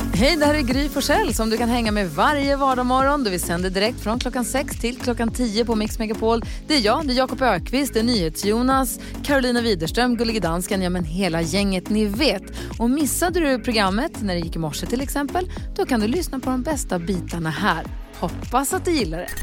Hej, det här är Gry Forssell som du kan hänga med varje vardagsmorgon. Vi sänder direkt från klockan 6 till klockan 10 på Mix Megapol. Det är jag, det är Jakob Ökvist, det är NyhetsJonas, Carolina Widerström, Gullige Dansken, ja men hela gänget ni vet. Och missade du programmet när det gick i morse till exempel, då kan du lyssna på de bästa bitarna här. Hoppas att du gillar det.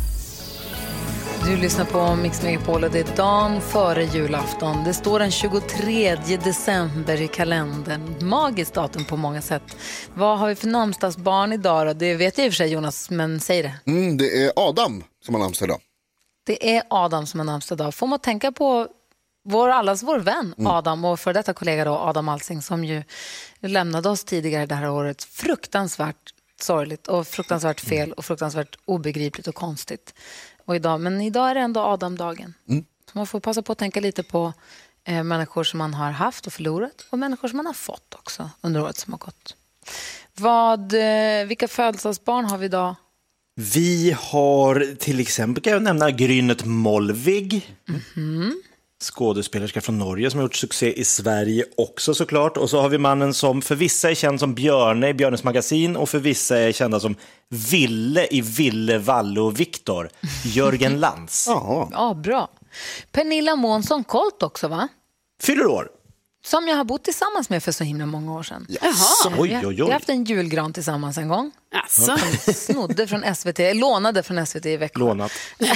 Du lyssnar på Mix Megapol och det är dagen före julafton. Det står den 23 december i kalendern. Magiskt datum på många sätt. Vad har vi för namnsdagsbarn idag då? Det vet jag i och för sig, Jonas, men säg det. Det är Adam som har namnsdag idag. Det är Adam som har namnsdag idag. Får man tänka på vår vän Adam och för detta kollega då, Adam Alsing, som ju lämnade oss tidigare det här året. Fruktansvärt sorgligt och fruktansvärt fel och fruktansvärt obegripligt och konstigt. Men idag är det ändå Adam-dagen. Så man får passa på att tänka lite på människor som man har haft och förlorat och människor som man har fått också under året som har gått. Vilka födelsedagsbarn har vi idag? Vi har till exempel, kan jag nämna, Grynet Molvig. Skådespelerska från Norge som har gjort succé i Sverige också såklart. Och så har vi mannen som för vissa är känd som Björne i Björnes magasin och för vissa är kända som Ville i Ville, Valle och Viktor. Jörgen Lantz. Ja, bra. Pernilla Månsson Colt också, va? Fyller år. Som jag har bott tillsammans med för så himla många år sedan. Jaha. Oj. Vi har haft en julgran tillsammans en gång. Alltså. Snodde från SVT, lånade från SVT i veckan. Lånat.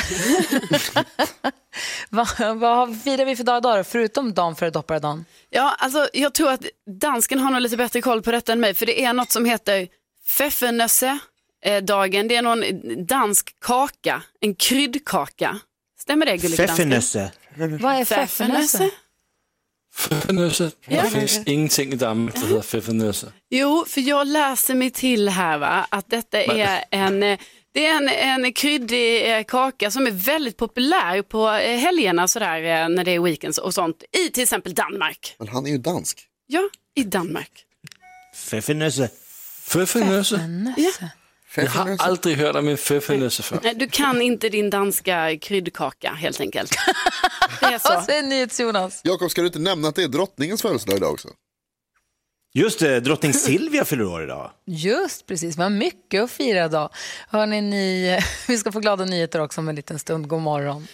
Vad firar vi för dag idag då, förutom dagen före dopparedagen? Ja, alltså jag tror att dansken har nog lite bättre koll på detta än mig. För det är något som heter Feffenösse-dagen. Det är någon dansk kaka, en kryddkaka. Stämmer det, Gullige Dansken? Feffenösse. Vad är Feffenösse? Feffenösse? Det finns ingenting i Danmark som heter Feffenösse. Jo, för jag läser mig till här, va, att detta är en kryddig kaka som är väldigt populär på helgerna sådär, när det är weekends och sånt i till exempel Danmark. Men han är ju dansk. Ja, i Danmark. Feffenösse. Feffenösse? Ja. Jag har aldrig hört om en feffenösse för. Nej, du kan inte din danska kryddkaka helt enkelt. Det är så. Och så är NyhetsJonas. Jakob, ska du inte nämna att det är drottningens födelsedag idag också? Just det, drottning Silvia fyller år idag. Just precis, man har mycket att fira idag. Hörrni, vi ska få glada nyheter också om en liten stund. God morgon.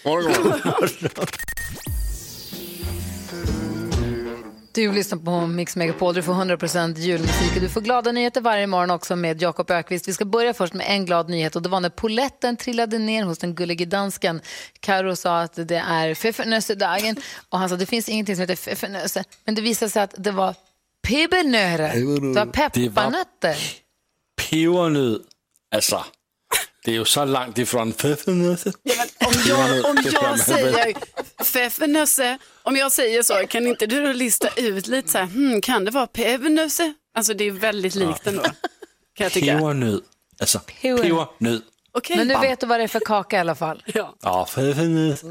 Du lyssnar på Mix Megapol, du får 100% julmusik och du får glada nyheter varje morgon också med Jakob Ökvist. Vi ska börja först med en glad nyhet och det var när poletten trillade ner hos den Gullige Dansken. Karo sa att det är Feffenösse-dagen och han sa att det finns ingenting som heter Feffenösse. Men det visade sig att det var pibernötter. Det var pepparnötter. Pebernöt. Alltså, det är ju så långt ifrån Feffenösse. Om jag säger Feffenösse, om jag säger så, kan inte du lista ut lite så här, kan det vara pebernösse? Alltså det är väldigt likt ändå, kan jag tycka. Pebernöt. Alltså, pebernöt. Okay. Men nu vet du vad det är för kaka i alla fall. Ja, Feffenösse.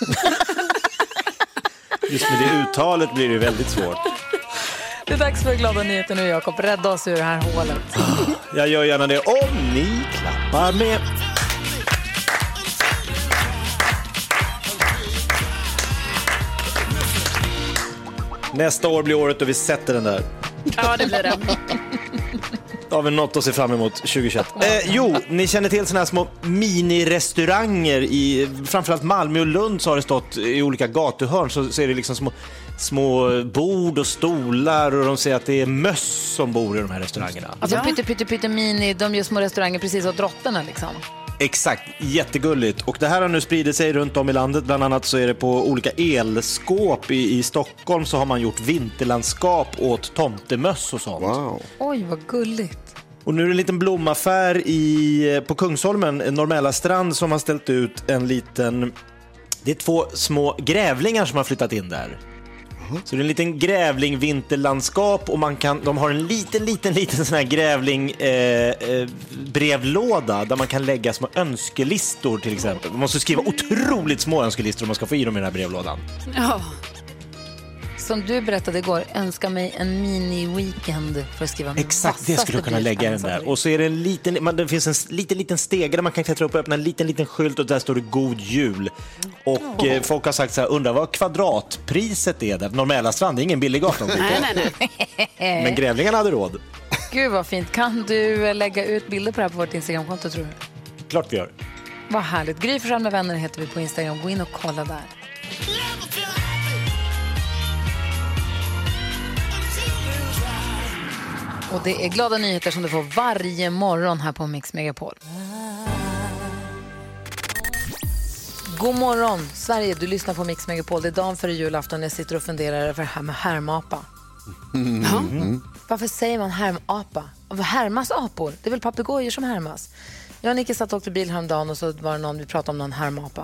Just med det uttalet blir det väldigt svårt. Det är dags för glada nyheter nu, Jakob. Rädda oss ur det här hålet. Jag gör gärna det om ni klappar med. Nästa år blir året då vi sätter den där. Ja, det blir det. Då har vi något att se fram emot 2021. Ni känner till såna här små minirestauranger i framförallt Malmö och Lund, så har det stått i olika gatuhörn, så är det liksom små bord och stolar och de säger att det är möss som bor i de här restaurangerna. Alltså pytte mini, de gör små restauranger precis åt råttorna liksom. Exakt, jättegulligt. Och det här har nu spridit sig runt om i landet. Bland annat så är det på olika elskåp i Stockholm så har man gjort vinterlandskap åt tomtemöss och sånt. Wow. Oj, vad gulligt. Och nu är det en liten blomaffär på Kungsholmen, Norrmälla strand, som har ställt ut en liten... Det är 2 små grävlingar som har flyttat in där. Så det är en liten grävling vinterlandskap och de har en liten sån här grävling brevlåda där man kan lägga små önskelistor till exempel. Man måste skriva otroligt små önskelistor om man ska få i dem i den här brevlådan. Ja. Som du berättade igår, önska mig en mini-weekend för att skriva. Exakt, det skulle du kunna lägga den där. Och så är det det finns en liten stege där man kan klättra upp och öppna en liten skylt och där står det God Jul. Och folk har sagt så här, undrar vad kvadratpriset är där. Norrmälla strand, det är ingen billig gata. Nej. Men grävlingarna hade råd. Gud vad fint. Kan du lägga ut bilder på det här på vårt Instagramkonto, tror du? Klart vi gör. Vad härligt. Gry Forssell med vänner heter vi på Instagram. Gå in och kolla där. Och det är glada nyheter som du får varje morgon här på Mix Megapol. God morgon, Sverige. Du lyssnar på Mix Megapol. Det är dagen före julafton. Jag sitter och funderar över det här med härmapa. Varför säger man härmapa? Härmas apor? Det är väl papegojor som härmas? Jag och Nicke satt och åkte bil häromdagen och så var det någon, vi pratade om någon härmapa.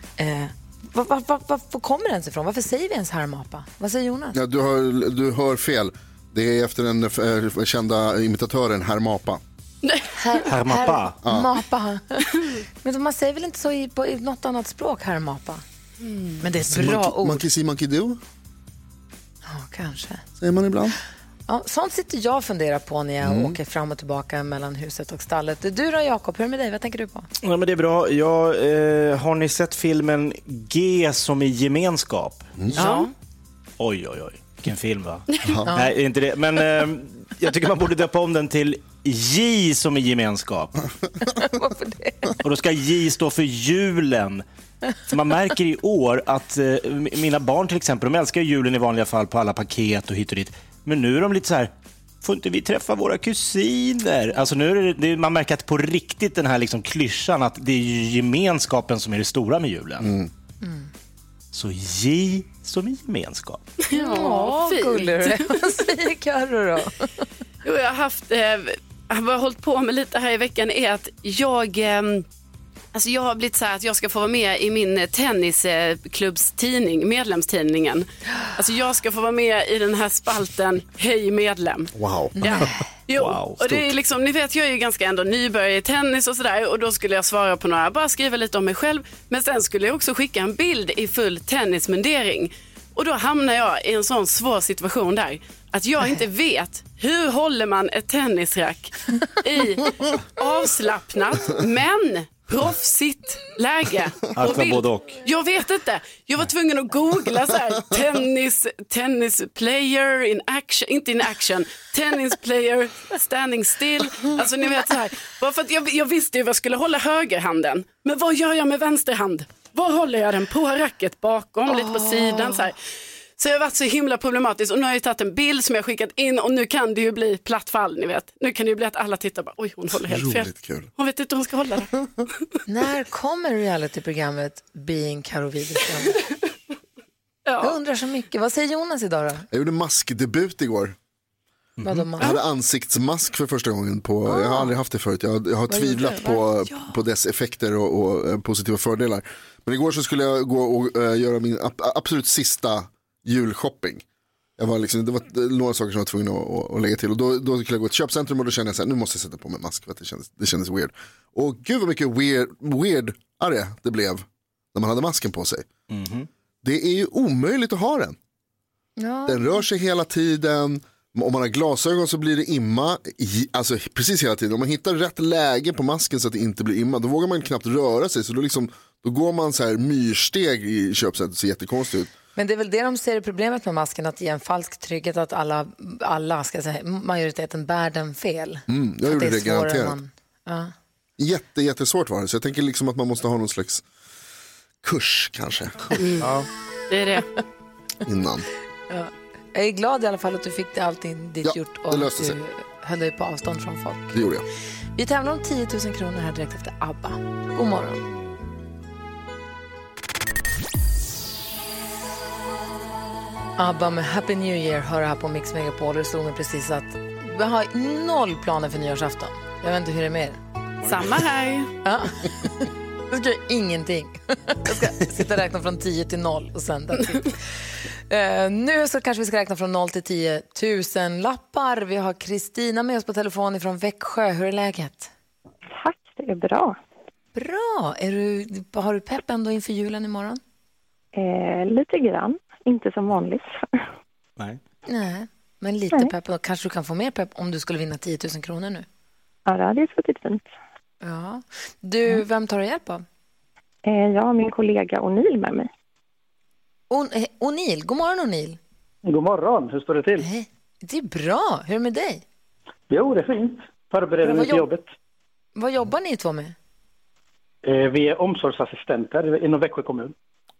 Var kommer den ifrån? Varför säger vi ens härmapa? Vad säger Jonas? Ja, du hör fel. Det är efter den kända imitatören Hermapa. Hermapa? Mapa. Men man säger väl inte så i något annat språk, härmapa? Men det är ett bra ord. Monkey see, monkey do? Ja, kanske. Säger man ibland. Ja, sånt sitter jag och funderar på när jag åker fram och tillbaka mellan huset och stallet. Du då, Jakob, hur är det med dig? Vad tänker du på? Ja, men det är bra. Har ni sett filmen G som i gemenskap? Ja. Oj. Vilken film, va? Nej, inte det. Men jag tycker man borde döpa om den till J som i gemenskap. Varför det? Och då ska J stå för julen. För man märker i år att mina barn till exempel, de älskar julen i vanliga fall på alla paket och hit och dit. Men nu är de lite så här, får inte vi träffa våra kusiner? Alltså nu är det, man märker att på riktigt den här liksom klyschan att det är gemenskapen som är det stora med julen. Så J som i gemenskap. Ja, gullig. Vad säger Karro då? Jo, jag har hållit på med lite här i veckan är att jag har blivit så här att jag ska få vara med i min tennisklubbs tidning, medlemstidningen. Alltså jag ska få vara med i den här spalten Hej medlem. Wow. Ja. Jo, Wow, och det är liksom, ni vet, jag är ju ganska ändå nybörjare i tennis och sådär, och då skulle jag svara på några, bara skriva lite om mig själv, men sen skulle jag också skicka en bild i full tennismundering. Och då hamnar jag i en sån svår situation där att jag inte vet hur håller man ett tennisrack i avslappnat men proffsigt läge. Alltså både och. Jag vet inte. Jag var tvungen att googla så här tennis player in action, inte in action, tennis player standing still. Alltså ni vet så här. Bara för att jag visste ju vad jag skulle hålla högerhanden. Men vad gör jag med vänsterhand? Var håller jag den? På racket bakom, lite på sidan så här. Så jag har varit så himla problematisk och nu har jag tagit en bild som jag skickat in och nu kan det ju bli platt fall, ni vet. Nu kan det ju bli att alla tittar bara, oj hon håller helt fel. Kul. Hon vet inte hur hon ska hålla det. När kommer realityprogrammet Being Karo Widerström? Jag undrar så mycket. Vad säger Jonas idag då? Jag gjorde maskdebut igår. Jag hade ansiktsmask för första gången på, jag har aldrig haft det förut. Jag har tvivlat på dess effekter och positiva fördelar. Men igår så skulle jag gå och göra min absolut sista julshopping. Det var några saker som jag var tvungen att lägga till. Och då skulle jag gå till köpcentrum och då kände jag så här, nu måste jag sätta på mig mask för att det kändes weird. Och gud vad mycket weirdare det blev när man hade masken på sig. Det är ju omöjligt att ha den. Ja. Den rör sig hela tiden. Om man har glasögon så blir det imma, alltså precis hela tiden. Om man hittar rätt läge på masken så att det inte blir imma, då vågar man knappt röra sig. Så då går man så här myrsteg i köpsättet, så jättekonstigt ut. Men det är väl det de ser problemet med masken, att ge en falsk trygghet att alla ska säga, majoriteten bär den fel. Jag gjorde det garanterat. Jättesvårt var det, så jag tänker liksom att man måste ha någon slags kurs kanske. Ja, det är det. Innan. Ja. Jag är glad i alla fall att du fick allting ditt gjort och det löste sig. du höll dig på avstånd från folk. Det gjorde jag. Vi tävlar om 10 000 kronor här direkt efter ABBA. God morgon. ABBA med Happy New Year hör här på Mix Megapol. Det slog mig precis att vi har 0 planer för nyårsafton. Jag vet inte hur det är med er. Samma här. Ja. Jag ska göra ingenting. Jag ska sitta och räkna från 10 till 0 och sen nu så kanske vi ska räkna från 0 till 10 000 lappar. Vi har Kristina med oss på telefon ifrån Växjö. Hur är läget? Tack, det är bra. Bra. Har du pepp ändå inför julen imorgon? Lite grann. Inte som vanligt. Nej, men lite pepp. Och kanske du kan få mer pepp om du skulle vinna 10 000 kronor nu. Ja, det hade suttit fint. Ja. Du, vem tar du hjälp av? Jag har min kollega O'Neill med mig. O'Neill, god morgon O'Neill. God morgon, hur står det till? Det är bra, hur är det med dig? Jo, det är fint. Förbereder mig till jobbet. Vad jobbar ni två med? Vi är omsorgsassistenter inom Växjö kommun.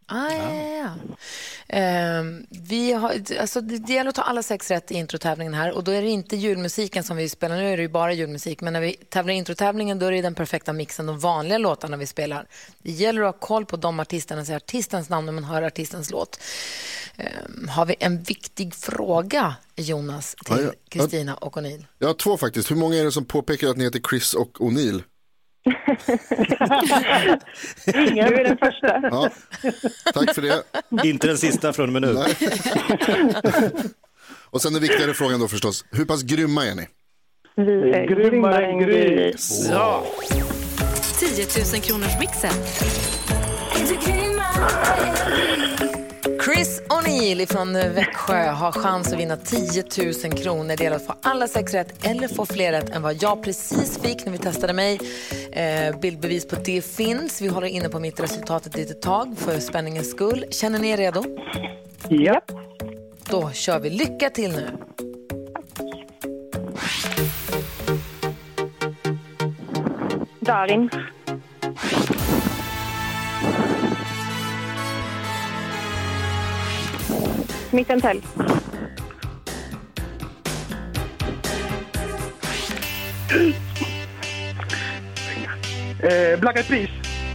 Vi har, alltså det gäller att ta alla 6 rätt i introtävlingen här. Och då är det inte julmusiken som vi spelar. Nu är det ju bara julmusik. Men när vi tävlar i introtävlingen, då är det den perfekta mixen. De vanliga låtarna vi spelar. Det gäller att ha koll på de artisterna, säga artistens namn när man hör artistens låt. Har vi en viktig fråga, Jonas, till Kristina och O'Neill? Jag har 2 faktiskt. Hur många är det som påpekar att ni heter Chris och O'Neill? Ingen. Du är den första. Ja, tack för det. Inte den sista från och med nu. Och sen den viktigare frågan då förstås. Hur pass grymma är ni? Vi är grymmare än Gry. Ja. 10 000 kronors mixen. Chris O'Neill från Växjö har chans att vinna 10 000 kronor. Det gäller att få alla 6 rätt eller få fler rätt än vad jag precis fick när vi testade mig. Bildbevis på det finns. Vi håller inne på mitt resultat ett litet tag för spänningens skull. Känner ni er redo? Ja. Då kör vi. Lycka till nu. Darin. Mittentell. Black Eyed Peas.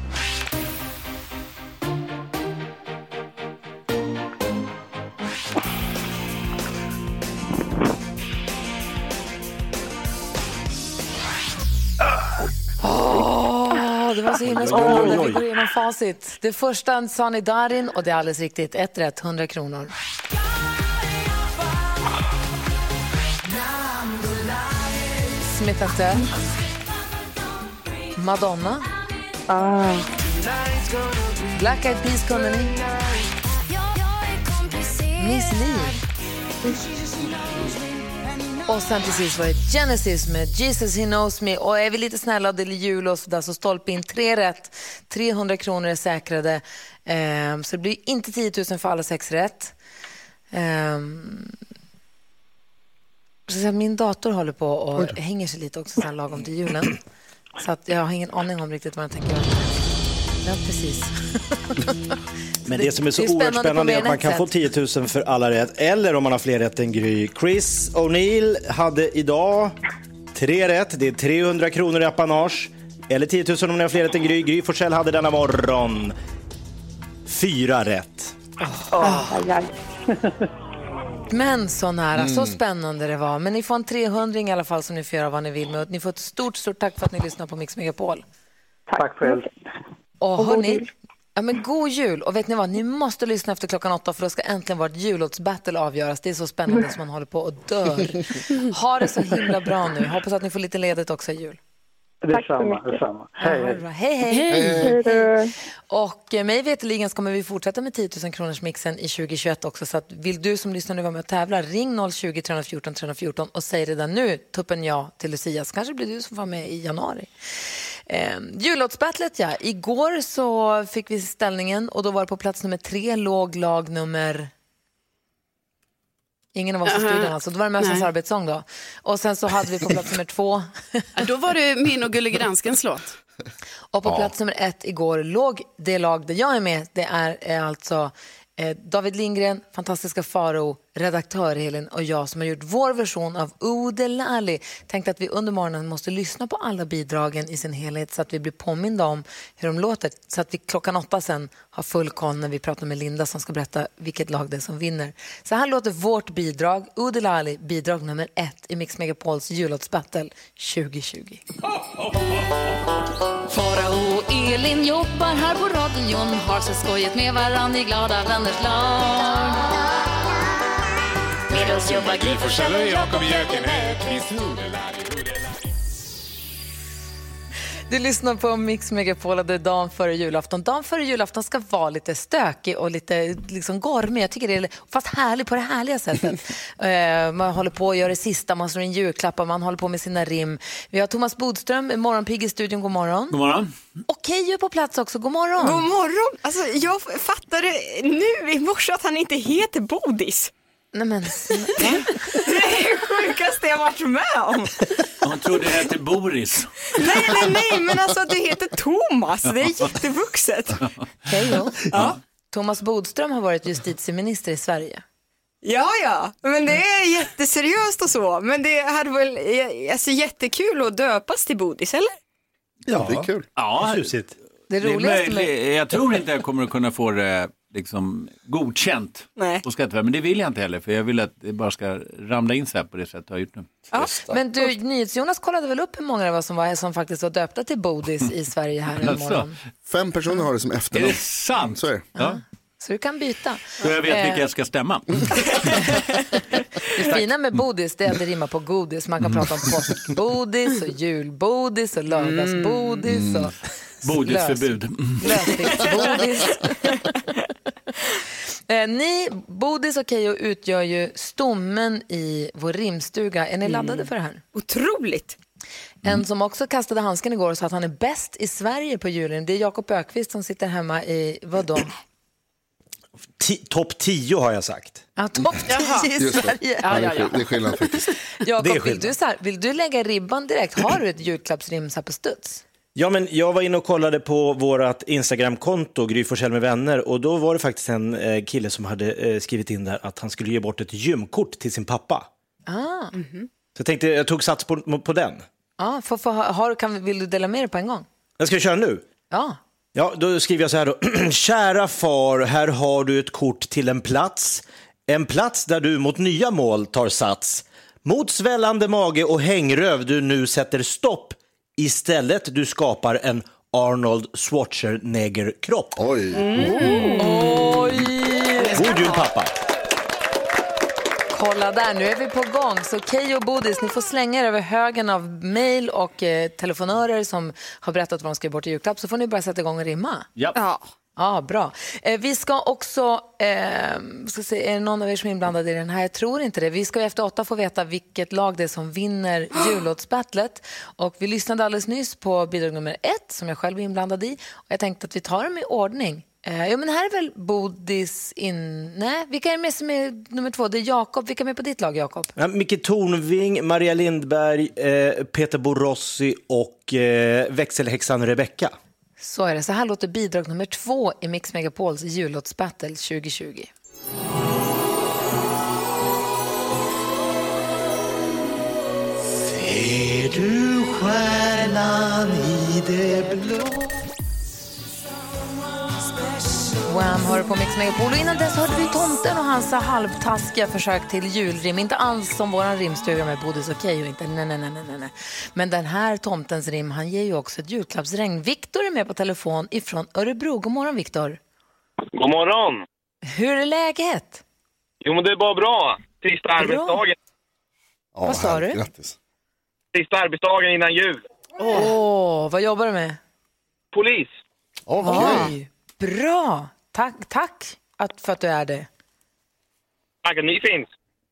Det var så himla spännande. Vi går igenom facit. Det första sa ni Darin och det är alldeles riktigt. 1 rätt, 100 kronor. Smith & Tell. Madonna. Black Eyed Peas kunde ni. Miss Li. Och sen till sist var det Genesis med Jesus He Knows Me. Och är vi lite snälla och det är jul och sådär, så stolp in 3 rätt. 300 kronor är säkrade. Så det blir inte 10 000 för alla 6 rätt. Så min dator håller på och hänger sig lite också sen lagom till julen. Så att jag har ingen aning om riktigt vad jag tänker göra. Ja, precis. Men det som är så oerhört spännande är att man kan få 10 000 för alla rätt. Eller om man har fler rätt än Gry. Chris O'Neill hade idag 3 rätt. Det är 300 kronor i apanage. Eller 10 000 om ni har fler rätt än Gry. Gry Forssell hade denna morgon 4 rätt. Men så nära, så spännande det var. Men ni får en 300 i alla fall som ni får göra vad ni vill med. Och ni får ett stort tack för att ni lyssnar på Mix Megapol. Tack själv. Och hörni, men god jul. Och vet ni vad, ni måste lyssna efter klockan 8 för då ska äntligen vårt jullåtsbattle avgöras. Det är så spännande som man håller på och dör. Ha det så himla bra nu. Hoppas att ni får lite ledigt också i jul. Detsamma. Hej. Och mig veterligen kommer vi fortsätta med 10 000 kronors mixen i 2021 också. Så att vill du som lyssnar nu vara med och tävla, ring 020 314 314 och säg redan nu tuppen ja till Lucia. Så kanske blir du som var med i januari. Jullåtsbattlet, ja. Igår så fick vi ställningen och då var det på plats nummer 3 låg lag nummer... Ingen av oss i studion alltså. Då var det Mössens arbetssång då. Och sen så hade vi på plats nummer 2. Då var det min och Gullige Danskens låt. Och på plats nummer 1 igår låg det lag där jag är med. Det är alltså David Lindgren, fantastiska Faro, redaktör Helin och jag som har gjort vår version av Odelali. Tänkte att vi under morgonen måste lyssna på alla bidragen i sin helhet så att vi blir påminda om hur de låter. Så att vi klockan 8 sen har full koll när vi pratar med Linda som ska berätta vilket lag det är som vinner. Så här låter vårt bidrag, Odelali, bidrag nummer 1 i Mix Megapols jullåtsbattle 2020. Farao och Elin jobbar här på radion, har så skojigt med varann i glada vänners lag. Med oss jobbar Gry Forssell och Jakob Jökenhög. Du lyssnar på Mix Megapol och det är dagen före julafton. Dagen före julafton ska vara lite stökig och lite liksom gormig. Jag tycker det är fast härligt på det härliga sättet. Man håller på att göra det sista, man slår in julklappar, man håller på med sina rim. Vi har Thomas Bodström, morgonpigg i studion. God morgon. God morgon. Och Keyyo är på plats också. God morgon. God morgon. Alltså, jag fattade nu i morse att han inte heter Bodis. Nej men, det är det sjukaste jag varit med om. Hon tror det heter Boris. Nej, men alltså det heter Thomas. Det är jättevuxet. Keyyo. Ja. Thomas Bodström har varit justitieminister i Sverige. Ja, men det är jätteseriöst och så. Men det hade väl alltså, jättekul att döpas till Bodis, eller? Ja, det är kul. Ja, tjusigt. Det roligaste jag tror inte jag kommer att kunna få det liksom godkänt på Skatteverket, men det vill jag inte heller, för jag vill att det bara ska ramla in så här på det sättet jag har gjort nu. Ja. Men du, NyhetsJonas kollade väl upp hur många det var som faktiskt var döpta till Bodis i Sverige här i morgon. 5 personer har det som efternamn. Är det sant? Så är det. Ja. Så du kan byta. Så jag vet vilka jag ska stämma. Det fina med Bodis, det är att det rimmar på godis. Man kan prata om påskbodis och julbodis och lördagsbodis och bodisförbud. Lösviktsbodis. Ni, Bodis och Keyyo, utgör ju stommen i vår rimstuga. Är ni laddade för det här? Otroligt. En som också kastade handsken igår och sa att han är bäst i Sverige på julen. Det är Jakob Ökvist som sitter hemma i, vadå? Topp 10 har jag sagt. Ja, topp 10 i Sverige. Ja. Det är skillnad faktiskt. Jakob, vill du lägga ribban direkt? Har du ett julklappsrim så här på studs? Ja, men jag var inne och kollade på vårt Instagram-konto, Gry Forssell med vänner, och då var det faktiskt en kille som hade skrivit in där att han skulle ge bort ett gymkort till sin pappa. Så jag tog sats på den. Vill du dela med dig på en gång? Jag ska köra nu? Ja. Ja, då skriver jag så här då. Kära far, här har du ett kort till en plats. En plats där du mot nya mål tar sats. Mot svällande mage och hängröv du nu sätter stopp. Istället du skapar en Arnold Schwarzenegger-kropp. Oj. God jul, pappa. Kolla där, nu är vi på gång. Så Keyyo och Bodis, ni får slänga er över högen av mejl och telefonörer som har berättat vad de ska bort i julklapp. Så får ni bara sätta igång och rimma. Ja. Ja, bra. Vi ska också, ska se, är det någon av er som är inblandad i den här? Jag tror inte det. Vi ska efter 8 få veta vilket lag det är som vinner jullåtsbattlet. Och vi lyssnade alldeles nyss på bidrag nummer 1 som jag själv är inblandad i. Och jag tänkte att vi tar dem i ordning. Ja, men här är väl Bodis Nej, vilka är med som är nummer 2? Det är Jakob. Vilka är med på ditt lag, Jakob? Ja, Micke Tornving, Maria Lindberg, Peter Borossi och växelhäxan Rebecca. Så är det. Så här låter bidrag nummer 2 i Mix Megapols jullåtsbattle 2020. Ser du stjärnan i det blå? Wham hör på Mix Megapol. Och innan dess hörde vi tomten och hans halvtaskiga försök till julrim. Inte alls som våran rimstuga med Bodis och Keyyo. Inte. Nej. Men den här tomtens rim, han ger ju också ett julklappsregn. Viktor är med på telefon ifrån Örebro. God morgon, Viktor. God morgon. Hur är läget? Jo, men det är bara bra. Sista arbetsdagen. Ja, vad sa du? Grattis. Sista arbetsdagen innan jul. Vad jobbar du med? Polis. Oj, bra. Tack för att du är det. Tack att ni finns.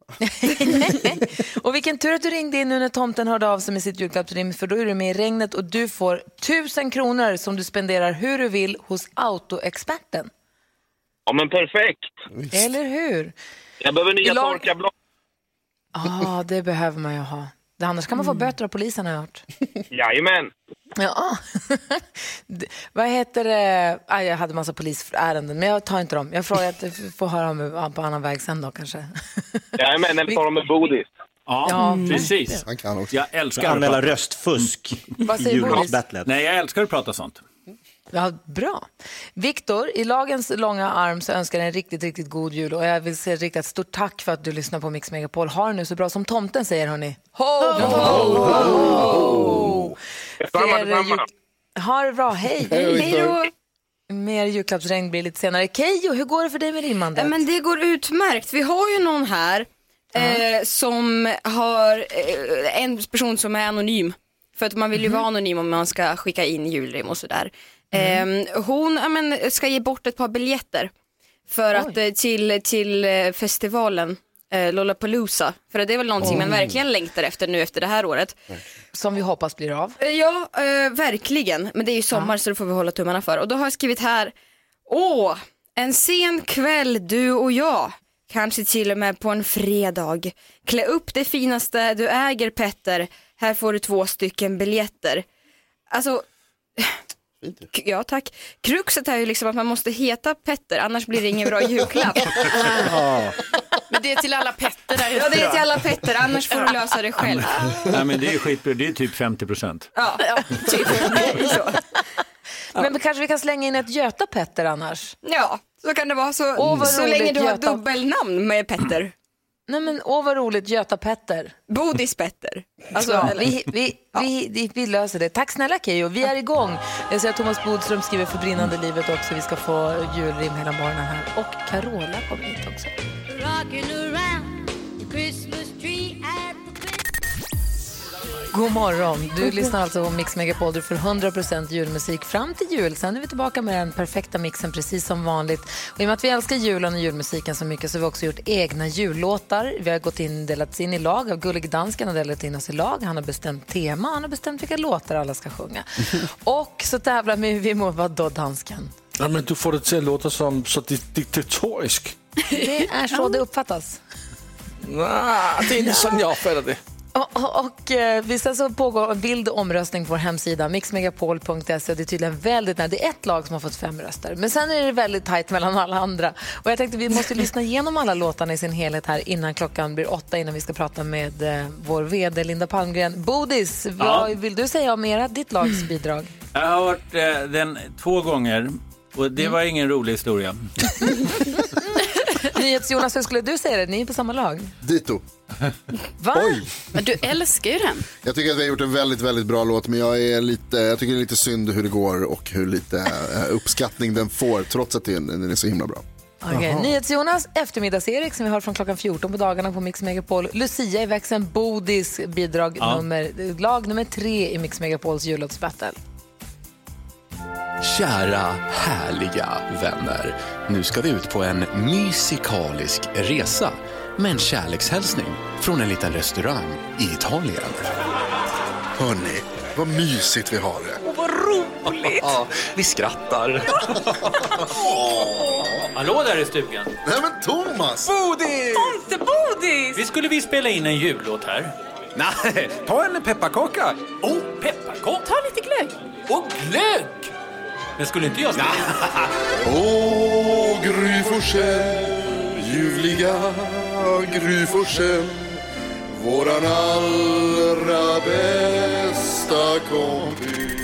Och vilken tur att du ringde in nu när tomten hörde av sig med sitt julklappsrim, för då är du med i regnet och du får 1000 kronor som du spenderar hur du vill hos Autoexperten. Ja, men perfekt. Eller hur? Jag behöver nya torkablad. Det behöver man ju ha. Annars kan man få böter av polisen, har jag hört. Jajamän. Ja. Vad heter det? Jag hade massa polisärenden, men jag tar inte dem. Jag frågar att jag får höra om på annan väg sen då kanske. Jajamän, eller tar dem med Bodis. Ja, precis. Han kan också. Jag älskar att anmäla röstfusk i julklappsbattlet. Nej, jag älskar att prata sånt. Ja, bra. Viktor, i lagens långa arm så önskar jag en riktigt, riktigt god jul. Och jag vill säga riktigt stort tack för att du lyssnar på Mix Megapol. Ha det nu så bra som tomten säger, hörni. Ho, ho, ho, ho. Ha det bra, hej. Hej då. Mer julklappsregn blir lite senare. Keyyo, hur går det för dig med rimmandet? Men det går utmärkt. Vi har ju någon här som har en person som är anonym. För att man vill ju vara anonym om man ska skicka in julrim och sådär. Hon ska ge bort ett par biljetter för att till festivalen Lollapalooza. För det är väl någonting man verkligen längtar efter nu efter det här året. Som vi hoppas blir av. Ja, verkligen. Men det är ju sommar så det får vi hålla tummarna för. Och då har jag skrivit här: en sen kväll du och jag kanske till och med på en fredag. Klä upp det finaste du äger, Petter. Här får du 2 stycken biljetter. Alltså, ja tack. Kruxet är ju liksom att man måste heta Petter, annars blir det ingen bra julklapp. Men det är till alla Petter där. Ja, det är till alla Petter, annars får du lösa det själv. Nej, men det är skitbra, det är typ 50%. Ja, typ så. Men kanske vi kan slänga in ett Göta Petter annars? Ja, så kan det vara. Så länge du har dubbelnamn med Petter. Nej men vad roligt, Göta Petter. Bodis Petter. Alltså, vi löser det. Tack snälla Keyyo, vi är igång. Jag ser att Thomas Bodström skriver för brinnande livet också. Vi ska få julrim hela morgonen här. Och Carola kommer hit också. God morgon, du lyssnar alltså på Mix Megapol. Du får 100% julmusik fram till jul. Sen är vi tillbaka med den perfekta mixen precis som vanligt. Och i och med att vi älskar julen och julmusiken så mycket så har vi också gjort egna jullåtar. Vi har delats in i lag. Av Gullig Dansken har delat in oss i lag. Han har bestämt tema, han har bestämt vilka låtar alla ska sjunga. Och så tävlar vi mot vad då, dansken? Ja, men du får det till att låta som så diktatorisk. Det är så det uppfattas. Nej, det är inte så jag uppfattar det. Och vi ska så pågå en vild omröstning på vår hemsida mixmegapol.se. Det är tydligen väldigt nära. Det är ett lag som har fått 5 röster. Men sen är det väldigt tajt mellan alla andra. Och jag tänkte vi måste lyssna igenom alla låtarna i sin helhet här innan klockan blir 8, innan vi ska prata med vår vd Linda Palmgren. Bodis, vad vill du säga om ditt lags bidrag? Jag har hört den 2 gånger och det var ingen rolig historia. Jonas, hur skulle du säga det? Ni är på samma lag. Dito. Va? Oj. Men du älskar ju den. Jag tycker att vi har gjort en väldigt, väldigt bra låt. Men jag tycker det är lite synd hur det går och hur lite uppskattning den får. Trots att den är så himla bra. Okay. NyhetsJonas, eftermiddags-Erik som vi har från klockan 14 på dagarna på Mix Megapol. Lucia i växeln, Bodis bidrag lag nummer 3 i Mix Megapols jullåtsbattle. Kära, härliga vänner. Nu ska vi ut på en musikalisk resa med en kärlekshälsning från en liten restaurang i Italien. Hörrni, vad mysigt vi har det. Och vad roligt! Ja, vi skrattar. Hallå där i stugan. Nej men Thomas! Bodis! Inte Bodis! Vi skulle spela in en jullåt här. Nej, ta en pepparkaka. Pepparkaka? Ta lite glögg. Och glögg! Men skulle inte jag spela in? Gry Forssell, ljuvliga Gry Forssell, våran allra bästa kompis.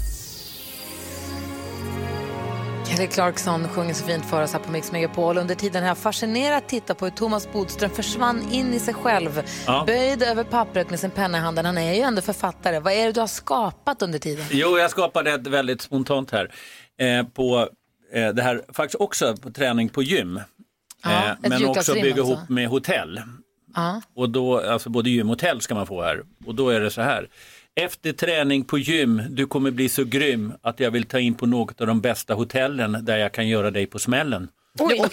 Kelly Clarkson sjunger så fint för oss här på Mix Megapol. Under tiden har jag fascinerat tittat på hur Thomas Bodström försvann in i sig själv. Böjd över pappret med sin penna i handen. Han är ju ändå författare. Vad är det du har skapat under tiden? Jo, jag skapade ett väldigt spontant här. På det här faktiskt också på träning på gym. Men också bygga ihop med hotell. Och då, alltså både gym och hotell ska man få här. Och då är det så här. Efter träning på gym, du kommer bli så grym att jag vill ta in på något av de bästa hotellen där jag kan göra dig på smällen. Oj.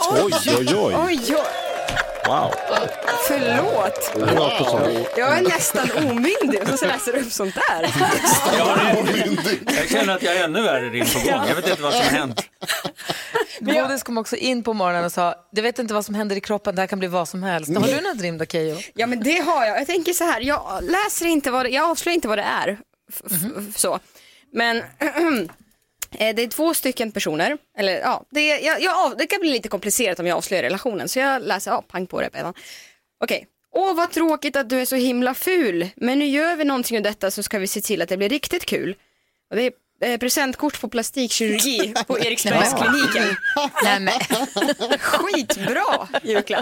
Wow. Förlåt. Jag är nästan omyndig och så läser du upp sånt där. Jag känner att jag är ännu värre in på gång. Jag vet inte vad som har hänt. Bodis kom också in på morgonen och sa, jag vet inte vad som händer i kroppen, det här kan bli vad som helst. Har du något rim då, Keyyo? Ja, men det har jag. Jag tänker så här, jag läser inte jag avslöjar inte vad det är. Så. Men det är 2 stycken personer. Eller ja, det kan bli lite komplicerat om jag avslöjar relationen. Så jag läser, pang på det redan. Okej. Åh, vad tråkigt att du är så himla ful. Men nu gör vi någonting av detta så ska vi se till att det blir riktigt kul. Och det är presentkort på plastikkirurgi på Eriksbergskliniken. Nej, men skitbra julklapp.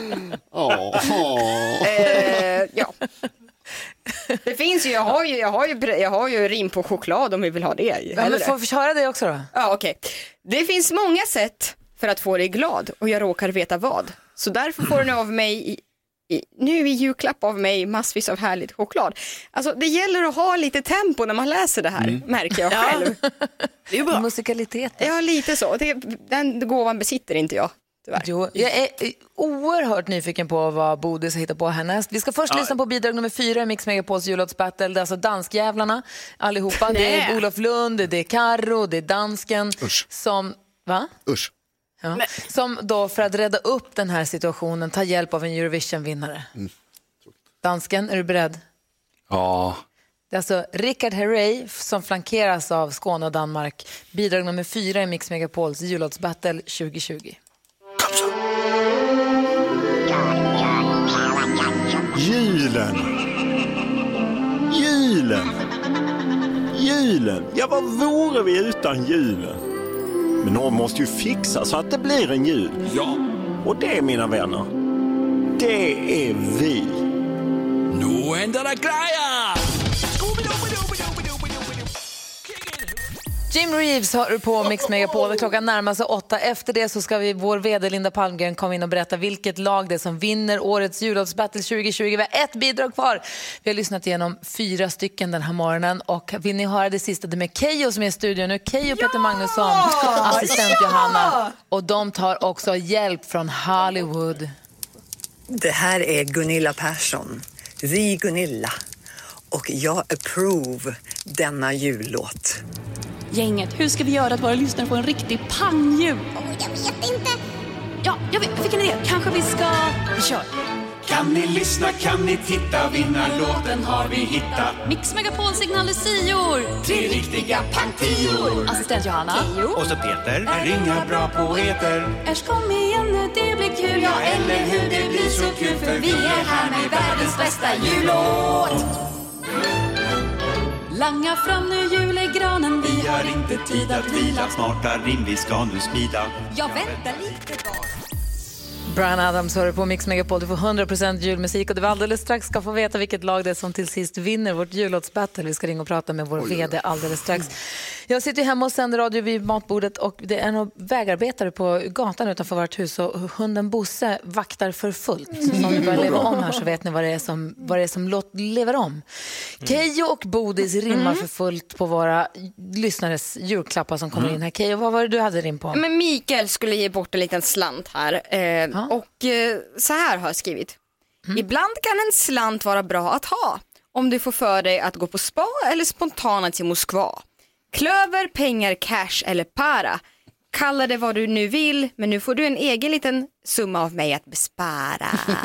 Ja. Det finns ju, jag har ju rim på choklad om vi vill ha det. Men får vi köra det också då? Ja, okej. Det finns många sätt för att få dig glad och jag råkar veta vad. Så därför får du av mig nu i julklapp av mig massvis av härligt choklad. Alltså det gäller att ha lite tempo när man läser det här, märker jag själv. Det är ju bra. Musikaliteten. Ja, lite så. Den gåvan besitter inte jag. Jo, jag är oerhört nyfiken på vad Bodis hittar på härnäst. Vi ska först lyssna på bidrag nummer 4 i Mix Megapols jullåtsbattle. Det är alltså danskjävlarna allihopa. Det är Olof Lund, det är Karo, det är dansken. Usch. Som, va? Usch. Ja. Som då för att rädda upp den här situationen tar hjälp av en Eurovision-vinnare. Dansken, är du beredd? Ja. Det är alltså Richard Herrey som flankeras av Skåne och Danmark. Bidrag nummer 4 i Mix Megapols jullåtsbattle 2020. Julen. Ja, vad vore vi utan julen? Men någon måste ju fixa så att det blir en jul. Ja. Och det, mina vänner, det är vi. Nu händer det grejer! Jim Reeves har på Mix Megapol. Klockan närmar sig 8. Efter det så ska vår vd Linda Palmgren komma in och berätta vilket lag det är som vinner årets jullåtsbattle 2020. Vi har ett bidrag kvar. Vi har lyssnat igenom 4 stycken den här morgonen. Och vill ni höra det sista? Det med Keyyo som är i studion nu. Keyyo, Peter Magnusson, assistent Johanna. Och de tar också hjälp från Hollywood. Det här är Gunilla Persson. The Gunilla. Och jag approve denna jullåt. Gänget, hur ska vi göra att våra lyssnare får en riktig pangjul? Jag vet inte. Ja, jag fick en idé. Kanske vi kör. Kan ni lyssna, kan ni titta, vinnarlåten har vi hittat. Mix Megapol signalisior. 3 riktiga pangtior. Assistent Johanna. Och så Peter. Är inga bra poeter. Äsch, kom igen nu, det blir kul. Ja, eller hur, det blir så kul. För vi är här med världens bästa jullåt. Langa fram nu julegranen. Vi har inte tid att vila. Smarta rim, vi ska nu smida. Jag väntar lite bara. Brian Adams hör på Mix Megapol. Du får 100% julmusik och du alldeles strax ska få veta vilket lag det är som till sist vinner vårt jullåtsbattle. Vi ska ringa och prata med vår vd alldeles strax. Jag sitter hemma och sänder radio vid matbordet och det är några vägarbetare på gatan utanför vårt hus och hunden Bosse vaktar för fullt. Så om vi börjar leva om här så vet ni vad det är som lever om. Keyyo och Bodis rimmar för fullt på våra lyssnares julklappar som kommer in här. Keyyo, vad var det du hade rim på? Men Mikael skulle ge bort en liten slant här. Och så här har jag skrivit. Ibland kan en slant vara bra att ha om du får för dig att gå på spa eller spontana till Moskva. Klöver, pengar, cash eller para. Kalla det vad du nu vill, men nu får du en egen liten summa av mig att bespara.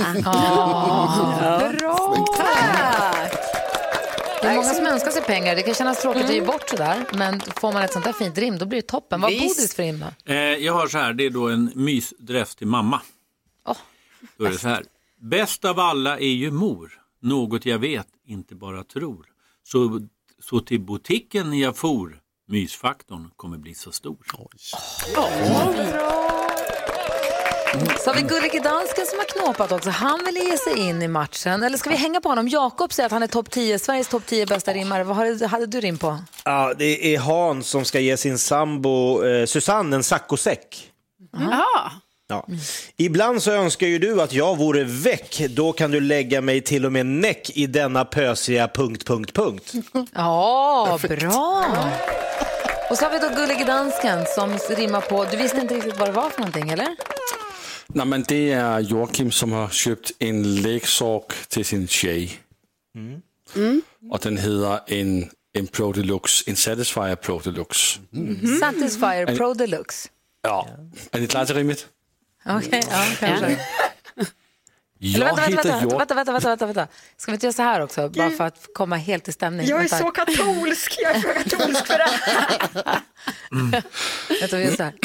Bra! Tack! Det är många som önskar sig pengar. Det kan kännas tråkigt att ge bort sådär. Men får man ett sånt där fint rim, då blir det toppen. Vad Bodis för rim då? Jag har så här, det är då en mysdress till mamma. Då är det så här. Bäst av alla är ju mor. Något jag vet, inte bara tror. Så till butiken jag for. Mysfaktorn kommer bli så stor. Så har vi Gullige Dansken som har knåpat också. Han vill ge sig in i matchen. Eller ska vi hänga på honom? Jakob säger att han är topp 10, Sveriges topp 10 bästa rimmare. Vad hade du rim på? Ja, det är Hans som ska ge sin sambo Susanne en saccosäck. Ja. Ibland så önskar ju du att jag vore väck. Då kan du lägga mig till och med näck i denna pösiga ... Ja, bra. Och så har vi då Gullige Dansken som rimmar på... Du visste inte riktigt vad det var för någonting, eller? Nej, men det är Joakim som har köpt en leksak till sin tjej. Och den heter en Pro Deluxe, en Satisfyer Pro Deluxe. Satisfyer Pro Deluxe. Ja, är ni klara till rimmet? Okej, ja, kanske. Vänta. Ska vi inte göra så här också? Bara för att komma helt i stämning. Jag är så katolsk. Jag är så katolsk för det här. Vänta, vi gör så här.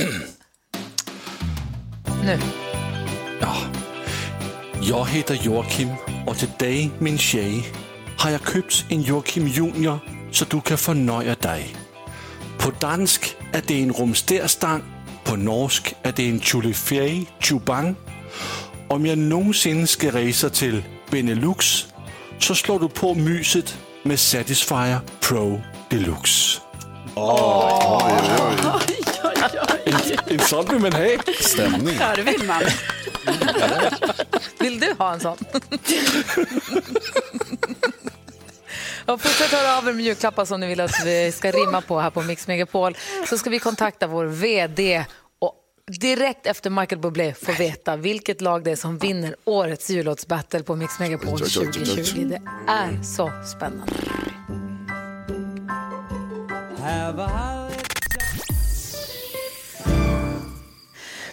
Nu. Ja. Jag heter Joakim och till dig, min tjej, har jag köpt en Joakim Junior så du kan förnöja dig. På dansk är det en romsterstang. På norsk är det en Tulifjej Chubang. Om jag någonsin ska resa till Benelux så slår du på myset med Satisfyer Pro Deluxe. En sån vill man ha. Stämning. Ja, det vill man. Vill du ha en sån? Och fortsätt höra av er med julklappar som ni vill att vi ska rimma på här på Mix Megapol. Så ska vi kontakta vår vd och direkt efter Michael Bublé få veta vilket lag det är som vinner årets jullåtsbattle på Mix Megapol 2020. Det är så spännande.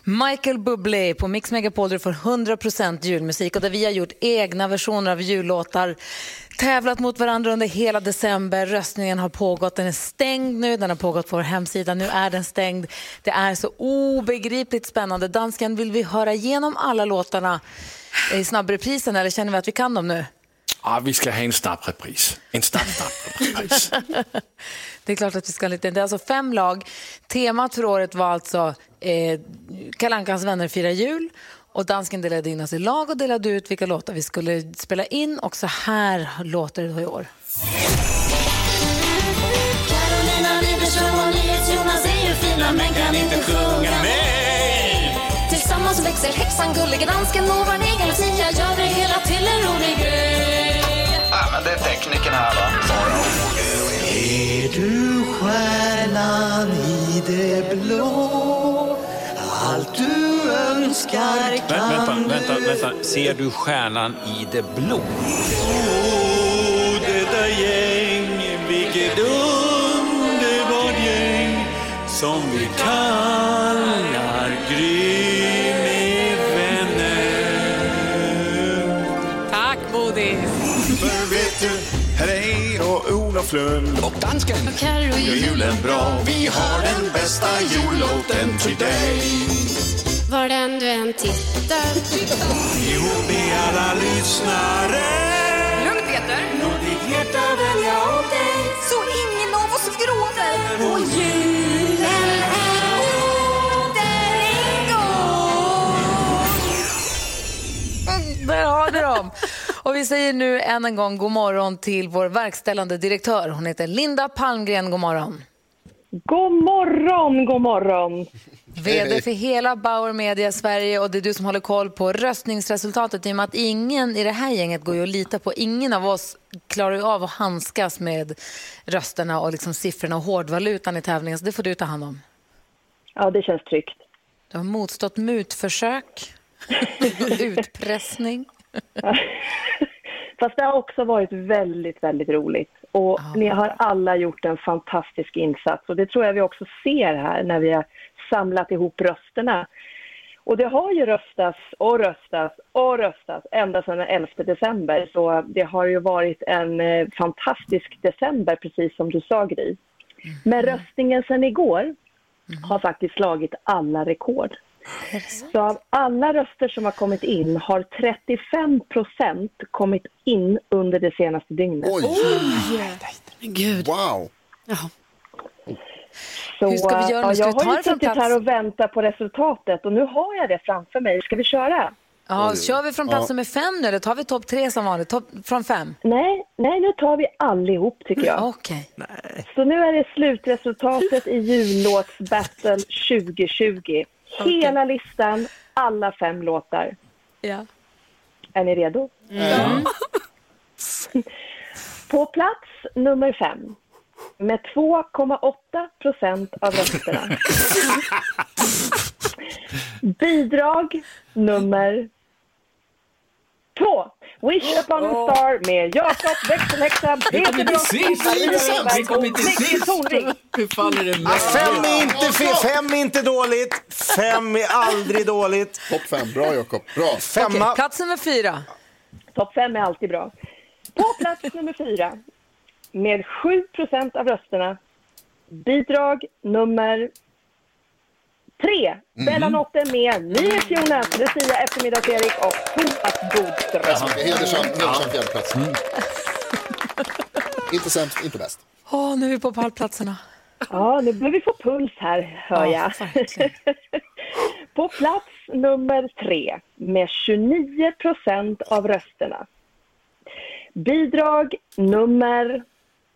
Michael Bublé på Mix Megapol, där du får 100% julmusik och där vi har gjort egna versioner av jullåtar, tävlat mot varandra under hela december. Röstningen har pågått, den är stängd nu, den har pågått på vår hemsida, nu är den stängd. Det är så obegripligt spännande. Dansken, vill vi höra igenom alla låtarna i snabbreprisen eller känner vi att vi kan dem nu? Ja, vi ska ha en snabb repris. En snabb repris. Det är klart att vi ska lite. Det är alltså 5 lag. Temat för året var alltså Kalle Ankans vänner firar jul. Och dansken delade in oss i lag och delade ut vilka låtar vi skulle spela in. Och så här låter det då i år. Carolina Widerström och NyhetsJonas är ju fina men kan inte sjunga med. Tillsammans växer häxan gulliga dansken och vår egen Lucia gör det hela till en rolig grej. Men det är tekniken här va? Är du stjärnan i det blå? Allt du önskar kan Vänta. Ser du stjärnan i det blå? detta gäng, vilket underbart gäng som vi kallar Gry med vänner. Tack, Bodis. För vet du, här är och Olof Lund och dansken. Och Karo Gör julen bra, vi har den bästa jullåten till dig. Var den du än tittar. Ihop med alla lyssnare. Lugn Peter. Låt ditt hjärta välja åt dig. Så ingen av oss gråter. Och julen är återgång. Där har ni dem. Och vi säger nu än en gång god morgon till vår verkställande direktör. Hon heter Linda Palmgren. God morgon. God morgon, god morgon. VD för hela Bauer Media Sverige, och det är du som håller koll på röstningsresultatet, i och med att ingen i det här gänget går ju att lita på. Ingen av oss klarar ju av att handskas med rösterna och liksom siffrorna och hårdvalutan i tävlingen, så det får du ta hand om. Ja, det känns tryggt. Du har motstått mutförsök, utpressning. Fast det har också varit väldigt, väldigt roligt. Och ni har alla gjort en fantastisk insats. Och det tror jag vi också ser här när vi har samlat ihop rösterna. Och det har ju röstats och röstats och röstats ända sedan den 11 december. Så det har ju varit en fantastisk december, precis som du sa, Gry. Men röstningen sedan igår har faktiskt slagit alla rekord. Så av alla röster som har kommit in har 35% kommit in under det senaste dygnet. Oj! Gud. Wow! Ja. Så, hur ska vi göra nu? Ska jag vi ta har det ju från suttit plats? här och väntat på resultatet och nu har jag det framför mig. Ska vi köra? Ja, kör vi från plats nummer 5 nu, eller tar vi topp 3 som vanligt? Från 5? Nej, nu tar vi allihop tycker jag. Okej. Så nu är det slutresultatet i jullåtsbattle 2020. Hela listan, alla 5 låtar. Ja. Är ni redo? På plats nummer 5 med 2,8% av rösterna. Bidrag nummer 2. Wish upon a star med Jakob växelhäxa, Peter Brock. Hur faller det med? 5 är inte dåligt. 5 är aldrig dåligt. Topp 5, bra Jakob. Bra. 5. Okej, plats nummer 4. Topp 5 är alltid bra. På plats nummer 4 med 7% av rösterna. Bidrag nummer 3. Bellanotte med NyhetsJonas, Lucia, Eftermiddags-Erik och Thomas Bodström. Hedersamt fjärdeplats. Inte sämst, inte bäst. Nu är vi på pallplatserna. Ja, nu börjar vi få puls här, hör jag. På plats nummer 3 med 29% av rösterna. Bidrag nummer 1.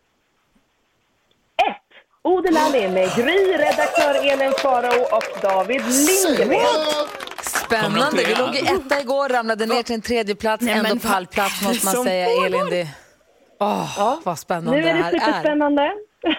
Odelali med Gry, redaktör Elin Farao och David Lindgren. Spännande. Vi låg i 1 igår, ramlade ner till en 3:e plats, ändå pallplats måste man säga, Elin. Det... vad spännande nu är det superspännande.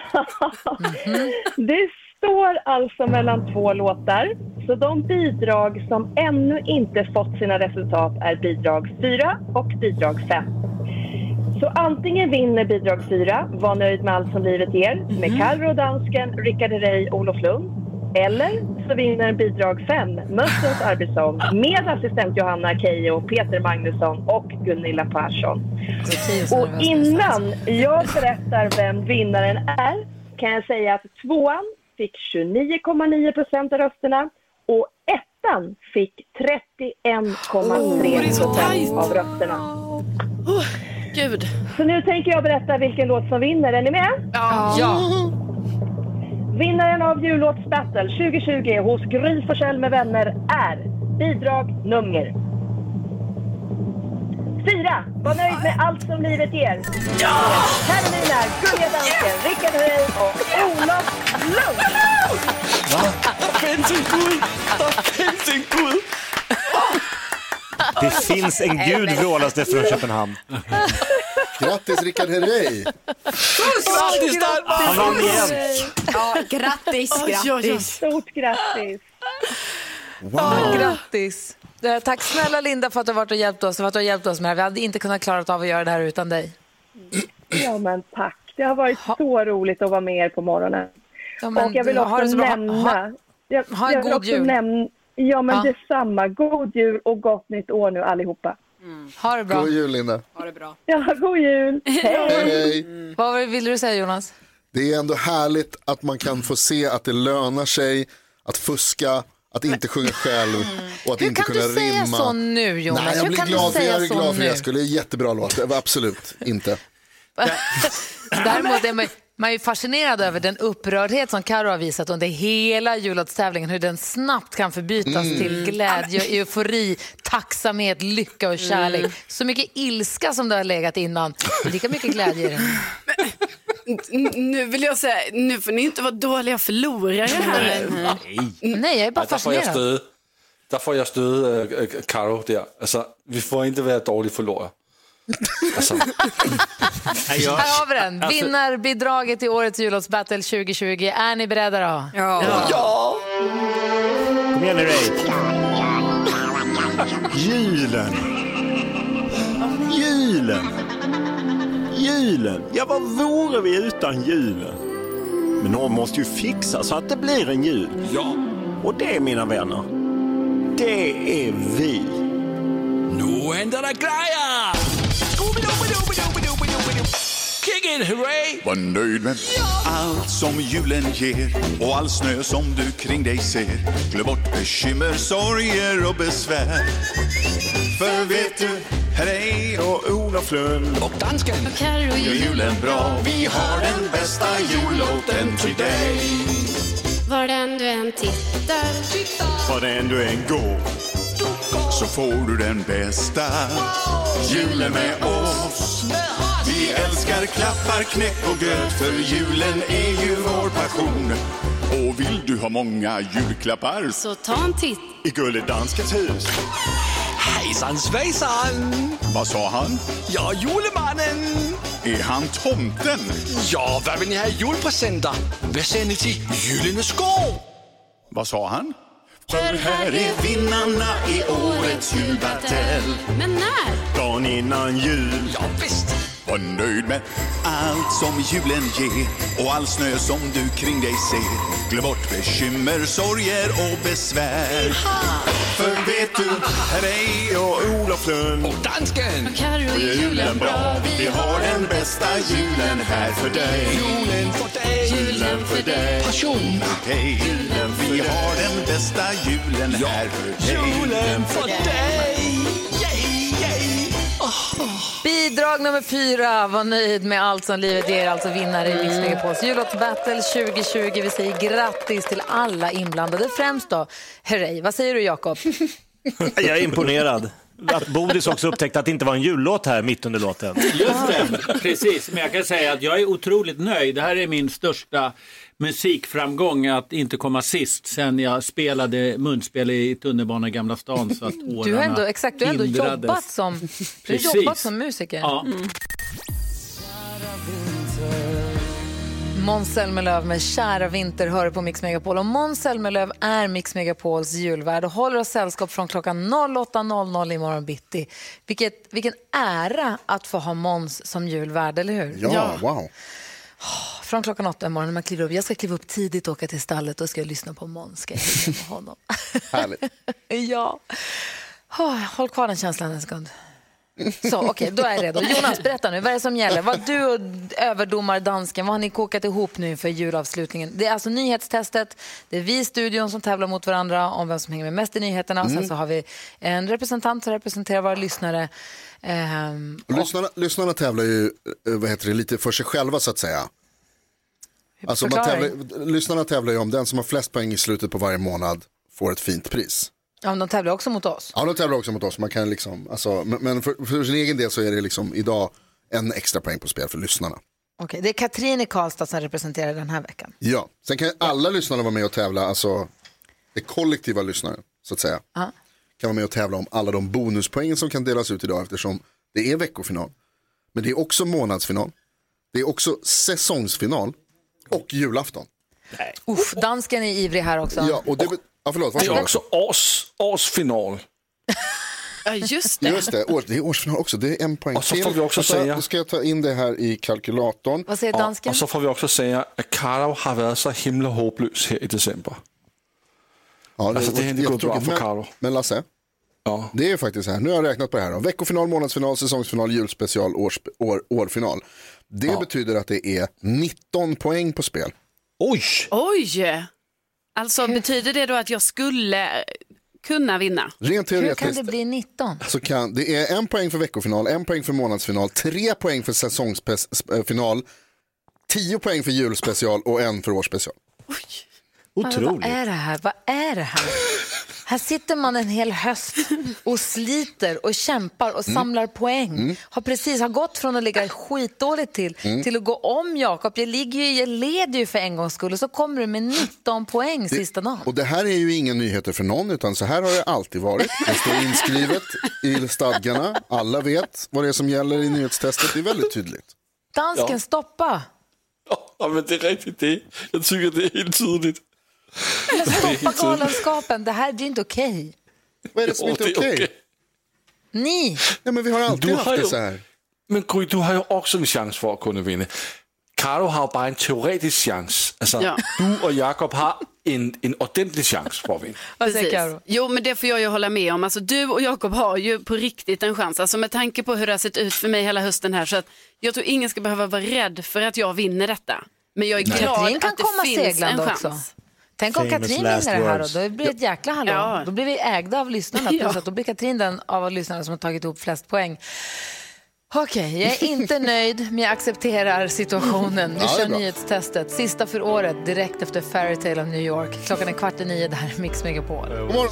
Det står alltså mellan 2 låtar. Så de bidrag som ännu inte fått sina resultat är bidrag 4 och bidrag 5. Så antingen vinner bidrag 4, var nöjd med allt som livet ger, med Carro och dansken, Rickard Herrey och Olof Lund. Eller så vinner bidrag 5, Mössens arbetssång, med assistent Johanna Keijo, Peter Magnusson och Gunilla Persson. Och innan jag berättar vem vinnaren är kan jag säga att 2:an fick 29,9% av rösterna och 1:an fick 31,3% av rösterna. Gud. Så nu tänker jag berätta vilken låt som vinner. Är ni med? Ja. Vinnaren av jullåtsbattle 2020 hos Gry Forssell med vänner är bidrag nummer 4. Var nöjd med allt som livet ger. Carolina, Gulliga Dansken, Rickard Herrey och Olof Lund. Det finns en gud. Det finns en gud, vrålas det från Köpenhamn. Grattis Rickard Herrey. Han vann igen. Ja, grattis. Stort grattis. Wow. Grattis. Tack snälla Linda för att du har varit och hjälpt oss. För att du har hjälpt oss med det här. Vi hade inte kunnat klara av att göra det här utan dig. Ja men tack. Det har varit så roligt att vara med er på morgonen. Ja, och jag vill också nämna... Ha en god jul. Ja men detsamma. God jul och gott nytt år nu allihopa. Ha det bra. God jul Linda. Ha det bra. Ja, god jul. Hej. Vad vill du säga Jonas? Det är ändå härligt att man kan få se att det lönar sig att fuska, att inte sjunga själv och att inte kunna rimma. Hur kan du säga så nu Jonas? Nej, jag blir glad för jag skulle. Jättebra låt. Absolut inte. Däremot är man är ju fascinerad över den upprördhet som Karo har visat under hela jullåtstävlingen, hur den snabbt kan förbytas till glädje, eufori, tacksamhet, lycka och kärlek. Så mycket ilska som det har legat innan, lika mycket glädje i den. Nu vill jag säga, nu får ni inte vara dåliga förlorare här. Nej, jag är bara fascinerad. Der får jeg støde Karo der. Altså, vi får inte vara dåliga förlorare. Alltså. Här har vi den. Vinnarbidraget i årets jullåtsbattle 2020. Är ni beredda då? Ja. Kom igen nu Ray. Julen. Ja, vad vore vi utan julen? Men någon måste ju fixa så att det blir en jul. Ja. Och det, mina vänner, det är vi. Nu händer det grejer! Kick it, hurray! Var nöjd med allt som julen ger och all snö som du kring dig ser. Glöm bort bekymmer, sorger och besvär. För vet du, Herrey och Olof Lund och dansken och Karo gör julen bra. Vi har den bästa jullåten till dig. Var den du än tittar, var den du än går, så får du den bästa julen med oss. Vi älskar klappar, knäck och gröt, för julen är ju vår passion. Och vill du ha många julklappar, så ta en titt i Gulledanskens hus. Hejsan svejsan! Vad sa han? Ja, julemannen! Är han tomten? Ja, vad vill ni ha i julpresenter? Vad säger ni till Gyllene Skov? Vad sa han? För här är vinnarna i årets julbattle. Men när? Dagen innan jul. Ja, visst. Var nöjd med allt som julen ger och all snö som du kring dig ser. Glöm bort bekymmer, sorger och besvär. För vet du, Herrey och Olof Lund och dansken och Karo gör julen bra. Vi har den bästa julen här för dig. Julen för dig, julen för dig. Passion. Hej, julen för vi har den bästa julen här för dig. Julen för dig. Bidrag nummer 4, var nöjd med allt som livet ger, alltså vinnare i Mix Megapols jullåtsbattle 2020. Vi säger grattis till alla inblandade, främst då Herrey. Vad säger du Jakob? Jag är imponerad. Att Bodis också upptäckte att det inte var en jullåt här mitt under låten. Just det, precis. Men jag kan säga att jag är otroligt nöjd. Det här är min största musikframgång, att inte komma sist sen jag spelade munspel i tunnelbanan i Gamla stan, så att årarna du har ändå, exakt, du har ändå jobbat som musiker. Ja. Måns Zelmerlöw med Kära vinter hör på Mix Megapol. Och Måns Zelmerlöw är Mix Megapols julvärd och håller oss sällskap från klockan 08.00 imorgon bitti. Vilken ära att få ha Måns som julvärd, eller hur? Ja, wow. från klockan 8 imorgon när man kliver upp. Jag ska kliva upp tidigt och åka till stallet och ska lyssna på Måns. Ska jag lyssna på honom. Härligt. Ja. Håll kvar den känslan en sekund. Så okej, då är jag redo. Jonas, berätta nu, vad är det som gäller? Vad du och överdomardansken, vad har ni kokat ihop nu för julavslutningen? Det är alltså nyhetstestet, det är vi i studion som tävlar mot varandra om vem som hänger med mest i nyheterna. Sen så har vi en representant som representerar våra lyssnare. Lyssnarna tävlar ju lite för sig själva så att säga. Alltså lyssnarna tävlar ju om den som har flest poäng i slutet på varje månad får ett fint pris. Ja, de tävlar också mot oss. Ja, de tävlar också mot oss. Man kan liksom, alltså, men för sin egen del så är det liksom idag en extra poäng på spel för lyssnarna. Okej, det är Katrin i Karlstad som representerar den här veckan. Ja, sen kan alla lyssnarna vara med och tävla, alltså det kollektiva lyssnare så att säga. Kan vara med och tävla om alla de bonuspoängen som kan delas ut idag eftersom det är veckofinal. Men det är också månadsfinal. Det är också säsongsfinal och julafton. Dansken är ivrig här också. Ja, och förlåt, det är också årsfinal. Ja, just det. Det är årsfinal också, det är en poäng och så får vi också säga... Då ska jag ta in det här i kalkylatorn. Vad säger dansken? Och så får vi också säga att Karo har varit så himla hopplös här i december. Ja, alltså, det är inte gått bra för Karo. Men Lasse, det är faktiskt så här, nu har jag räknat på det här. Veckofinal, månadsfinal, säsongsfinal, julspecial, årfinal. Det betyder att det är 19 poäng på spel. Oj! Alltså betyder det då att jag skulle kunna vinna? Rent teoretiskt. Hur kan det bli 19? Så det är 1 poäng för veckofinal, 1 poäng för månadsfinal, 3 poäng för säsongsfinal, 10 poäng för julspecial och 1 för årsspecial. Oj. Otroligt. Vad är det här? Här sitter man en hel höst och sliter och kämpar och samlar poäng. Har gått från att ligga skitdåligt till att gå om Jakob. Jag leder ju för en gångs skull och så kommer du med 19 poäng sista dagen. Och det här är ju inga nyheter för någon utan så här har det alltid varit. Det står inskrivet i stadgarna. Alla vet vad det är som gäller i nyhetstestet. Det är väldigt tydligt. Dansken, stoppa! Ja, men det är riktigt det. Jag tycker det är helt tydligt. Stoppa galenskapen, det här är inte okej. Vad är det som inte är okej? Ni! Ja, men vi har alltid haft det så här. Men Gry, du har ju också en chans för att kunna vinna. Karo har bara en teoretisk chans. Alltså, du och Jakob har en ordentlig chans för att vinna. Vad säger Karo? Jo, men det får jag ju hålla med om. Alltså, du och Jakob har ju på riktigt en chans. Alltså, med tanke på hur det har sett ut för mig hela hösten här. Så att jag tror ingen ska behöva vara rädd för att jag vinner detta. Men jag är glad att det finns en chans. Också. Tänk om Katrin vinner det här då blir det ett jäkla hallå. Ja. Då blir vi ägda av lyssnarna. Då blir Katrin den av lyssnarna som har tagit upp flest poäng. Okej, jag är inte nöjd men jag accepterar situationen. Vi kör nyhetstestet. Sista för året direkt efter Fairytale of New York. 8:15. Det här är Mix Megapol.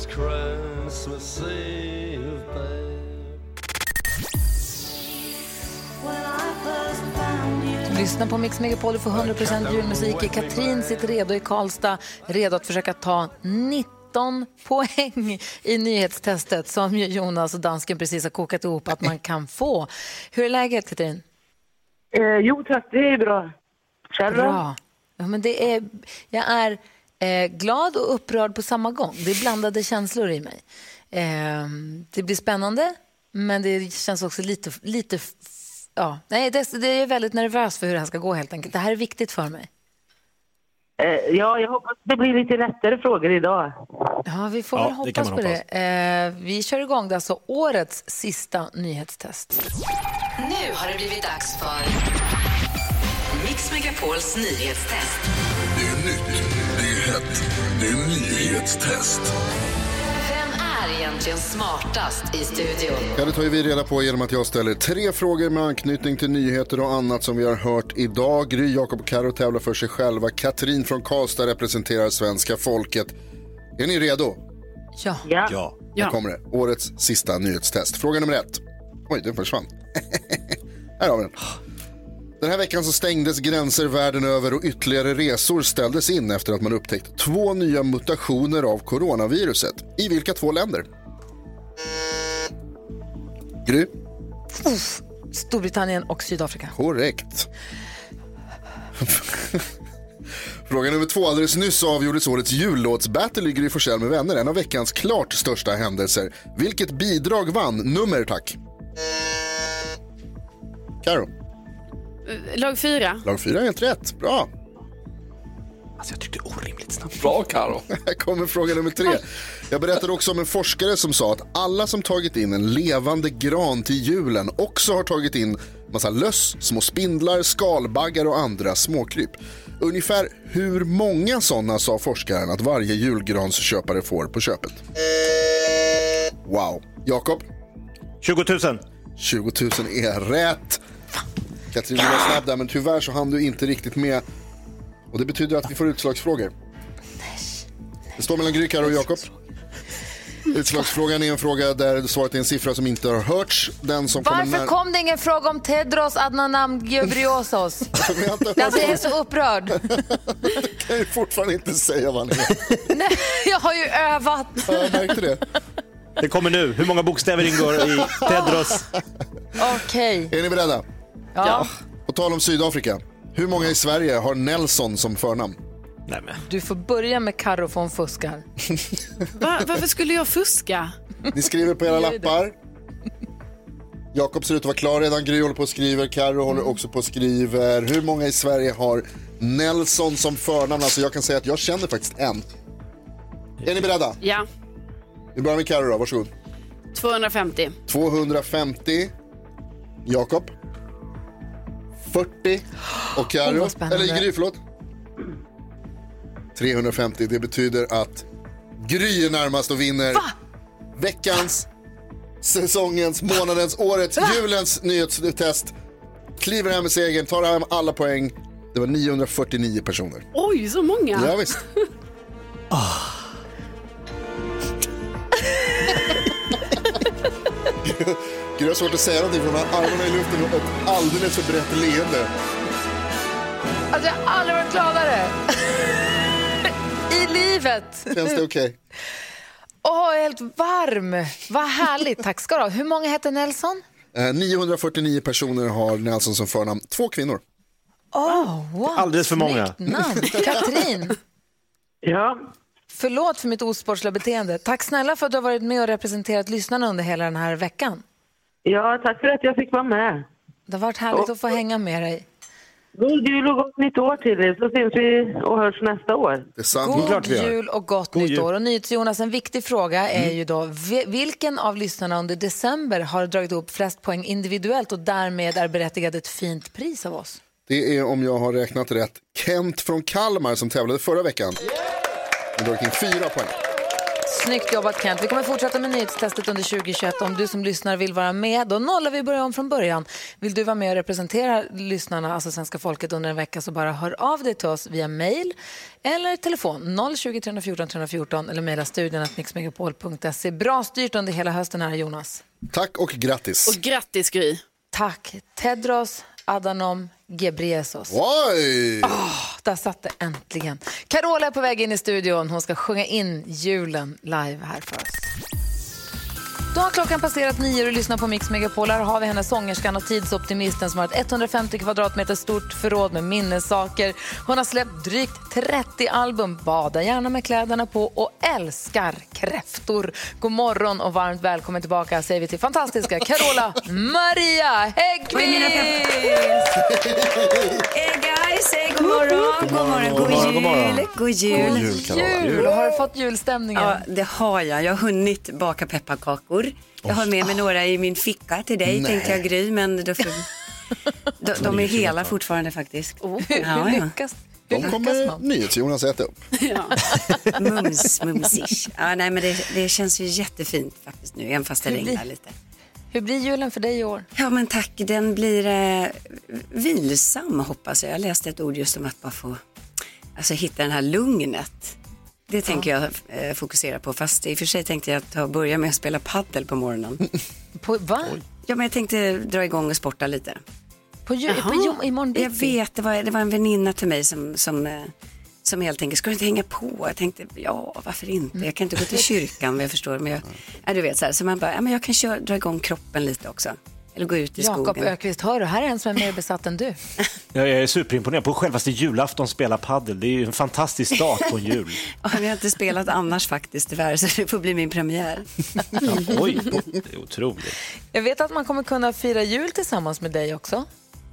Lyssna på Mix Megapol och få 100% julmusik. Katrin sitter redo i Karlstad, redo att försöka ta 19 poäng i nyhetstestet som Jonas och dansken precis har kokat ihop att man kan få. Hur är läget, Katrin? Jo tack, det är bra. Själv? Bra. Ja, men jag är glad och upprörd på samma gång. Det är blandade känslor i mig. Det blir spännande, men det känns också lite det är väldigt nervös för hur det här ska gå helt enkelt. Det här är viktigt för mig. Ja, jag hoppas det blir lite lättare frågor idag. Ja, vi får väl hoppas på det. Vi kör igång. Det är alltså årets sista nyhetstest. Nu har det blivit dags för Mix Megapols nyhetstest. Det är nytt, det är hett, det är nyhetstest. Egentligen smartast i studion. Ja, det tar vi reda på genom att jag ställer 3 frågor med anknytning till nyheter och annat som vi har hört idag. Gry, Jakob och Karo tävlar för sig själva. Katrin från Karlstad representerar svenska folket. Är ni redo? Ja. Här kommer det. Årets sista nyhetstest. Fråga nummer 1. Oj, den försvann. Här har vi den. Den här veckan så stängdes gränser världen över och ytterligare resor ställdes in efter att man upptäckt 2 nya mutationer av coronaviruset. I vilka 2 länder? Gry? Storbritannien och Sydafrika. Korrekt. Fråga nummer 2. Alldeles nyss avgjordes årets jullåtsbattle i Gry Forssell med vänner. En av veckans klart största händelser. Vilket bidrag vann? Nummer, tack. Karo? Lag 4. Lag 4 är helt rätt. Bra. Alltså jag tyckte orimligt snabbt. Bra, Karo. Här kommer fråga nummer 3. Jag berättade också om en forskare som sa att alla som tagit in en levande gran till julen också har tagit in massa löss, små spindlar, skalbaggar och andra småkryp. Ungefär hur många sådana sa forskaren att varje julgransköpare får på köpet? Wow. Jakob? 20 000. 20 000 är rätt. Katrin var snabb där, men tyvärr så hann du inte riktigt med. Och det betyder att vi får utslagsfrågor. Det står mellan Gry, Karo och Jakob. Utslagsfrågan är en fråga där svaret är en siffra som inte har hörts. Den som Varför kom det ingen fråga om Tedros Adhanom Ghebreyesus? Jag är så upprörd. Det kan jag fortfarande inte säga vad han är. Nej, jag har ju övat. Ja, jag märkte det. Det kommer nu. Hur många bokstäver ingår i Tedros? Okej. Är ni beredda? Ja. På tal om Sydafrika. Hur många i Sverige har Nelson som förnamn? Nej, men. Du får börja med Karo från fuskar. Varför skulle jag fuska? Ni skriver på era lappar. Jakob ser ut att vara klar redan. Gry håller på och skriver. Karo håller också på och skriver. Hur många i Sverige har Nelson som förnamn? Alltså jag kan säga att jag känner faktiskt en. Är ni beredda? Ja. Vi börjar med Karo då, varsågod. 250. 250. Jakob. 40. Och Karo. Eller Gry, förlåt. 350. Det betyder att Gry är närmast och vinner veckans, säsongens, månadens, årets, julens nyhetstest. Kliver hem med segern, tar hem alla poäng. Det var 949 personer. Oj, så många. Ja, visst. Gry har svårt att säga någonting för de här armarna i luften och ett alldeles för brett leende. Alltså jag har aldrig varit gladare. I livet. Känns det okej? Åh, helt varm. Vad härligt. Tack ska du ha. Hur många heter Nelson? 949 personer har Nelson som förnamn. 2 kvinnor. Wow. Alldeles för många. Katrin. Ja. Förlåt för mitt osportsliga beteende. Tack snälla för att du har varit med och representerat lyssnarna under hela den här veckan. Ja, tack för att jag fick vara med. Det har varit härligt att få hänga med dig. God jul och gott nytt år till er, så syns vi och hörs nästa år. Det är sant. God jul och gott nytt år. Och Jonas, en viktig fråga är ju då, vilken av lyssnarna under december har dragit upp flest poäng individuellt och därmed är berättigad ett fint pris av oss? Det är, om jag har räknat rätt, Kent från Kalmar som tävlade förra veckan. Han drog in 4 poäng. Snyggt jobbat Kent. Vi kommer fortsätta med nyhetstestet under 2021. Om du som lyssnar vill vara med, då nollar vi börja om från början. Vill du vara med och representera lyssnarna, alltså svenska folket under en vecka, så bara hör av dig till oss via mail eller telefon 020 314 314 eller mejla studion@mixmegapol.se. Bra styrt under hela hösten här, Jonas. Tack och grattis. Och grattis Gry. Tack. Tedros Adhanom Ghebreyesus. Oj! Där satt det äntligen. Carola är på väg in i studion. Hon ska sjunga in julen live här för oss. Då har klockan passerat 9 och lyssnar på Mix Megapol. Här har vi henne, sångerskan och tidsoptimisten som har ett 150 kvadratmeter stort förråd med minnessaker. Hon har släppt drygt 30 album, badar gärna med kläderna på och älskar kräftor. God morgon och varmt välkommen tillbaka säger vi till fantastiska Carola Maria Häggkvist! Hey guys, god morgon, god morgon, god jul. Har du fått julstämningen? Ja, det har jag. Jag har hunnit baka pepparkakor. Jag har med mig några i min ficka till dig, tänkte jag Gry, men de är hela fortfarande faktiskt. Hur lyckas de kommer NyhetsJonas äta upp. Ja. Mumsish. Ja, nej, men det känns ju jättefint faktiskt nu, även fast det regnar lite. Hur blir julen för dig i år? Ja, men tack. Den blir vilsam, hoppas jag. Jag läste ett ord just om att bara få hitta den här lugnet. Det tänker jag fokusera på. Fast i och för sig tänkte jag börja med att spela paddel på morgonen. Va? Ja, men jag tänkte dra igång och sporta lite. Imorgon bitti? Jag vet, det var en väninna till mig som helt enkelt, ska du inte hänga på? Jag tänkte, varför inte? Jag kan inte gå till kyrkan, vad jag förstår. Men du vet, så man bara, men jag kan dra igång kroppen lite också. Eller gå ut i skogen. Jakob Ökvist, hör du, här är en som är mer besatt än du. Jag är superimponerad. På självaste julafton spela paddel. Det är ju en fantastisk start på en jul. Jag har inte spelat annars faktiskt, tyvärr, så det får bli min premiär. Oj, det är otroligt. Jag vet att man kommer kunna fira jul tillsammans med dig också.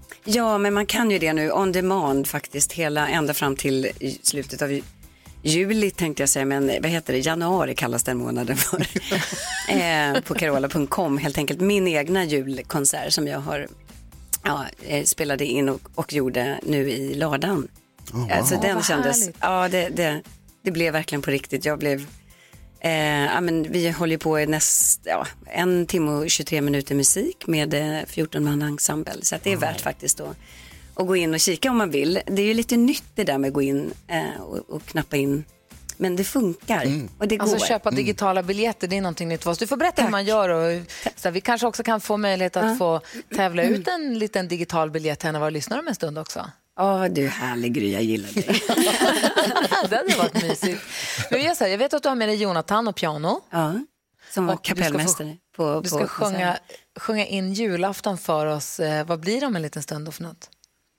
Ja, men man kan ju det nu on demand faktiskt ända fram till slutet av juli tänkte jag säga, men vad heter det? Januari kallas den månaden för. På carola.com helt enkelt. Min egna julkonsert som jag har spelade in och gjorde nu i lördagen. Alltså den kändes, det blev verkligen på riktigt. Jag blev, men vi håller på i 1 timme och 23 minuter musik med 14 man ensemble. Så att det är värt faktiskt då att gå in och kika om man vill. Det är ju lite nytt det där med att gå in och knappa in. Men det funkar och det går. Alltså köpa digitala biljetter, det är någonting nytt för oss. Du får berätta hur man gör och så vi kanske också kan få möjlighet att få tävla ut en liten digital biljett här när vi lyssnar om en stund också. Du är härlig Gry, jag gillar dig. Det hade varit mysigt. Men jag vet att du har med dig Jonathan och piano. Ja, som var kapellmästare. Du ska sjunga in julafton för oss. Vad blir det om en liten stund då för något?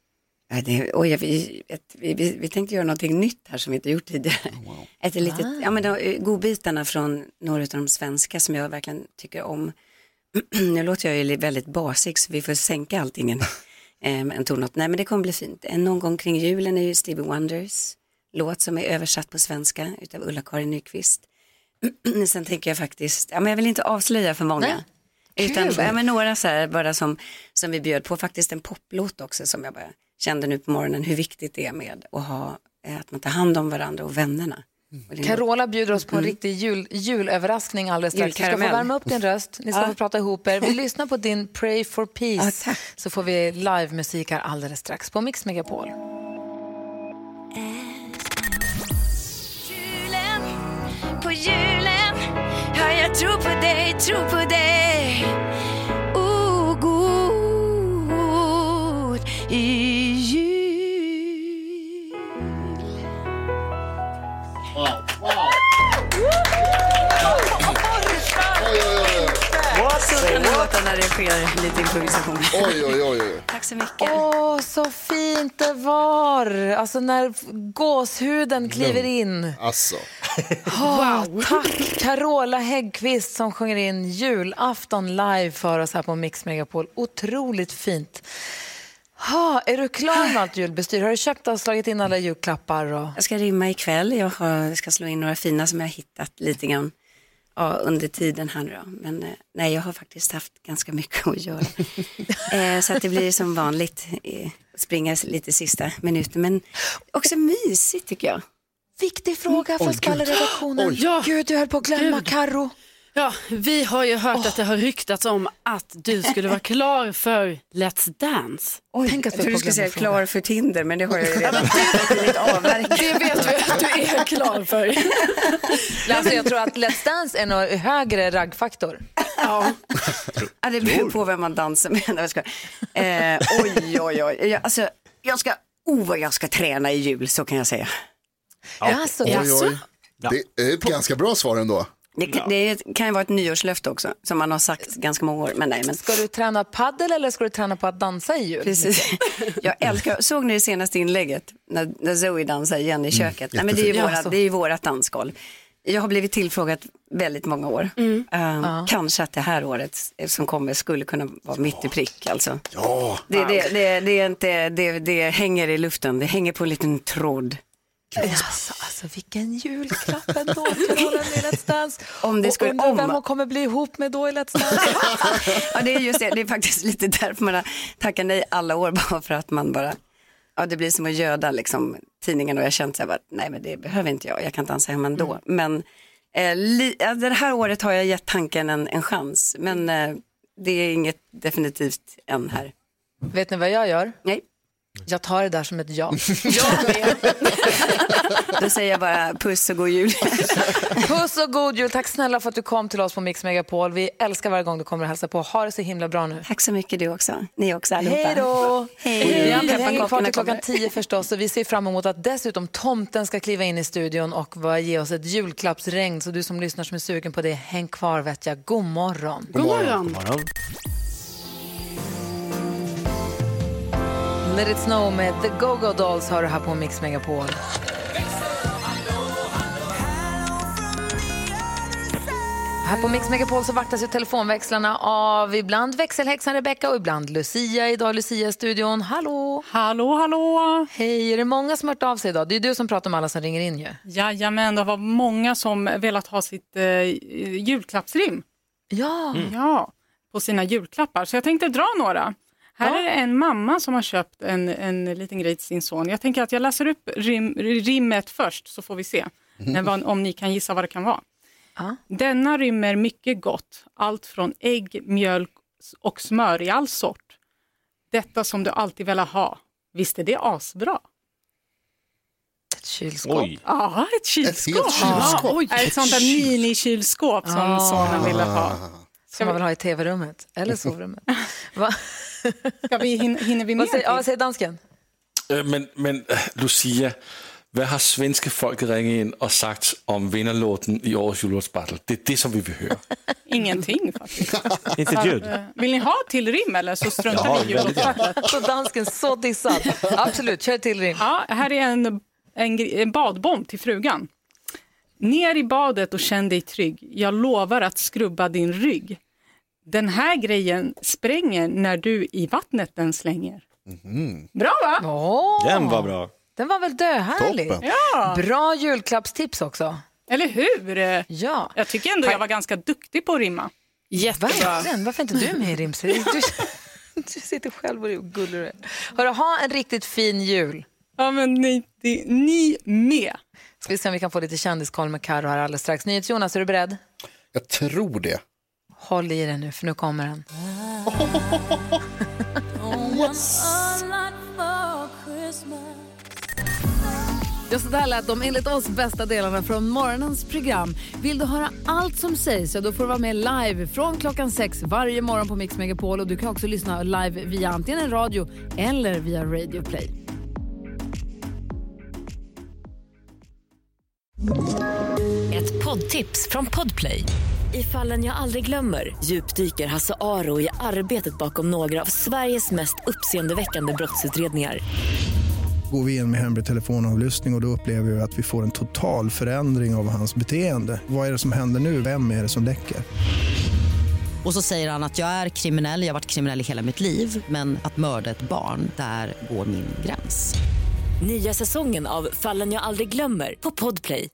Vi tänkte göra någonting nytt här som vi inte gjort tidigare. Ett litet, godbitarna från några av de svenska som jag verkligen tycker om. Nu låter jag ju väldigt basic så vi får sänka allting en tonart. Nej, men det kommer bli fint. Någon gång kring julen är ju Stevie Wonders låt som är översatt på svenska utav Ulla-Karin Nyqvist. Sen tänker jag faktiskt, jag vill inte avslöja för många. Nej. Utan några så här bara som vi bjöd på, faktiskt en poplåt också som jag bara kände nu på morgonen hur viktigt det är med att man tar hand om varandra och vännerna. Carola bjuder oss på en riktig julöverraskning alldeles strax. Du ska få värma upp din röst, ni ska få prata ihop er. Vi lyssnar på din Pray for Peace så får vi live-musik här alldeles strax på Mix Megapol. På julen, ja jag tror på dig, god jul. Så kan det låta när det sker lite improvisation. Oj. Tack så mycket. Så fint det var. Alltså när gåshuden kliver in. Alltså. Wow. Tack Carola Häggkvist som sjunger in julafton live för oss här på Mix Megapol. Otroligt fint. Är du klar med allt julbestyr? Har du köpt och slagit in alla julklappar? Jag ska rimma ikväll. Jag ska slå in några fina som jag har hittat lite grann under tiden här nu då. Men nej, jag har faktiskt haft ganska mycket att göra. Så att det blir som vanligt springa lite sista minuten. Men också mysigt tycker jag. Viktig fråga för skvallerredaktionen. Gud, du höll på att glömma Karo. Ja, vi har ju hört att det har ryktats om att du skulle vara klar för Let's Dance. Tänk att du skulle säga klar för Tinder, men det har jag ju redan Det vet vi att du är klar för. Alltså, jag tror att Let's Dance är en högre raggfaktor. Ja, det beror på vem man dansar med. Oj. Alltså, jag ska träna i jul, så kan jag säga. Det är ett ganska bra svar ändå. Det kan ju vara ett nyårslöfte också, som man har sagt ganska många år. Men. Ska du träna paddel eller ska du träna på att dansa i jul? Precis. Såg ni det senaste inlägget när Zoe dansar igen i köket? Nej, men det är ju vårat dansgolv. Jag har blivit tillfrågat väldigt många år. Kanske att det här året som kommer skulle kunna vara mitt i prick. Alltså. Ja. Det är inte, det hänger i luften, det hänger på en liten tråd. Alltså vilken julklapp ändå till rollen i Let's Dance. Vem hon kommer bli ihop med då i Let's Dance. Ja, det är just det. Det är faktiskt lite därför man har tackat nej alla år, bara för att man bara, det blir som att göda liksom tidningen, och jag kände så här, nej men det behöver inte jag kan dansa hemma ändå. Men det här året har jag gett tanken en chans, men det är inget definitivt än här. Vet ni vad jag gör? Nej. Jag tar det där som ett ja. Då säger jag bara puss och god jul. Puss och god jul. Tack snälla för att du kom till oss på Mix Megapol. Vi älskar varje gång du kommer och hälsa på. Ha det så himla bra nu. Tack så mycket du också. Ni också allihopa. Hej då. Hej. Vi hänger kvar till klockan 10 förstås. Och vi ser fram emot att dessutom tomten ska kliva in i studion och ge oss ett julklappsregn. Så du som lyssnar som är sugen på det, häng kvar vet jag. God morgon. God morgon. Let It Snow med The Go-Go Dolls har du här på Mix Megapol. Här på Mix Megapol så vaktas ju telefonväxlarna av ibland växelhäxan Rebecca och ibland Lucia. Idag Lucia i studion. Hallå! Hallå! Hej, är det många som hört av sig idag? Det är du som pratar med alla som ringer in ju. Jajamän, det var många som velat ha sitt julklappsrim. Ja. Ja, på sina julklappar. Så jag tänkte dra några. Här är det en mamma som har köpt en liten grej till sin son. Jag tänker att jag läser upp rimmet först så får vi se om ni kan gissa vad det kan vara. Denna rymmer mycket gott. Allt från ägg, mjölk och smör i all sort. Detta som du alltid vill ha. Visst är det asbra? Ett kylskåp. Ja, ett kylskåp. Ett kylskåp. Ett sånt där mini-kylskåp som sonen ville ha. Som man vill ha i tv-rummet eller sovrummet. Hinner vi med? Vad säger dansken? Men Lucia, vad har svenska folk ringt in och sagt om vinnarlåten i årets jullåtsbattle? Det är det som vi vill höra. Ingenting faktiskt. Inte ett ljud. Vill ni ha till rim eller så struntar vi i jullåtsbattlet? Så dansken så dissad. Absolut, kör till rim. Ja, här är en badbomb till frugan. Ner i badet och känn dig trygg. Jag lovar att skrubba din rygg. Den här grejen spränger när du i vattnet den slänger. Bra va? Den var bra. Den var väl döhärlig. Ja. Bra julklappstips också. Eller hur? Ja. Jag tycker ändå jag var ganska duktig på att rimma. Jättebra. Varför är inte du med i rimserien? Du sitter själv och gullar. Hörru, ha en riktigt fin jul. Ja, men ni med. Ska vi se om vi kan få lite kändiskoll med Karo här alldeles strax. Jonas, är du beredd? Jag tror det. Håll i den nu, för nu kommer den. Yes. Ja, så där lät de enligt oss bästa delarna från morgonens program. Vill du höra allt som sägs så då får du vara med live från klockan 6 varje morgon på Mix Megapol. Och du kan också lyssna live via antingen en radio eller via Radio Play. Ett poddtips från Podplay. I Fallen jag aldrig glömmer djupdyker Hasse Aro i arbetet bakom några av Sveriges mest uppseendeväckande brottsutredningar. Går vi in med hemlig telefonavlyssning och då upplever vi att vi får en total förändring av hans beteende. Vad är det som händer nu? Vem är det som läcker? Och så säger han att jag är kriminell, jag har varit kriminell i hela mitt liv. Men att mörda ett barn, där går min gräns. Nya säsongen av Fallen jag aldrig glömmer på Podplay.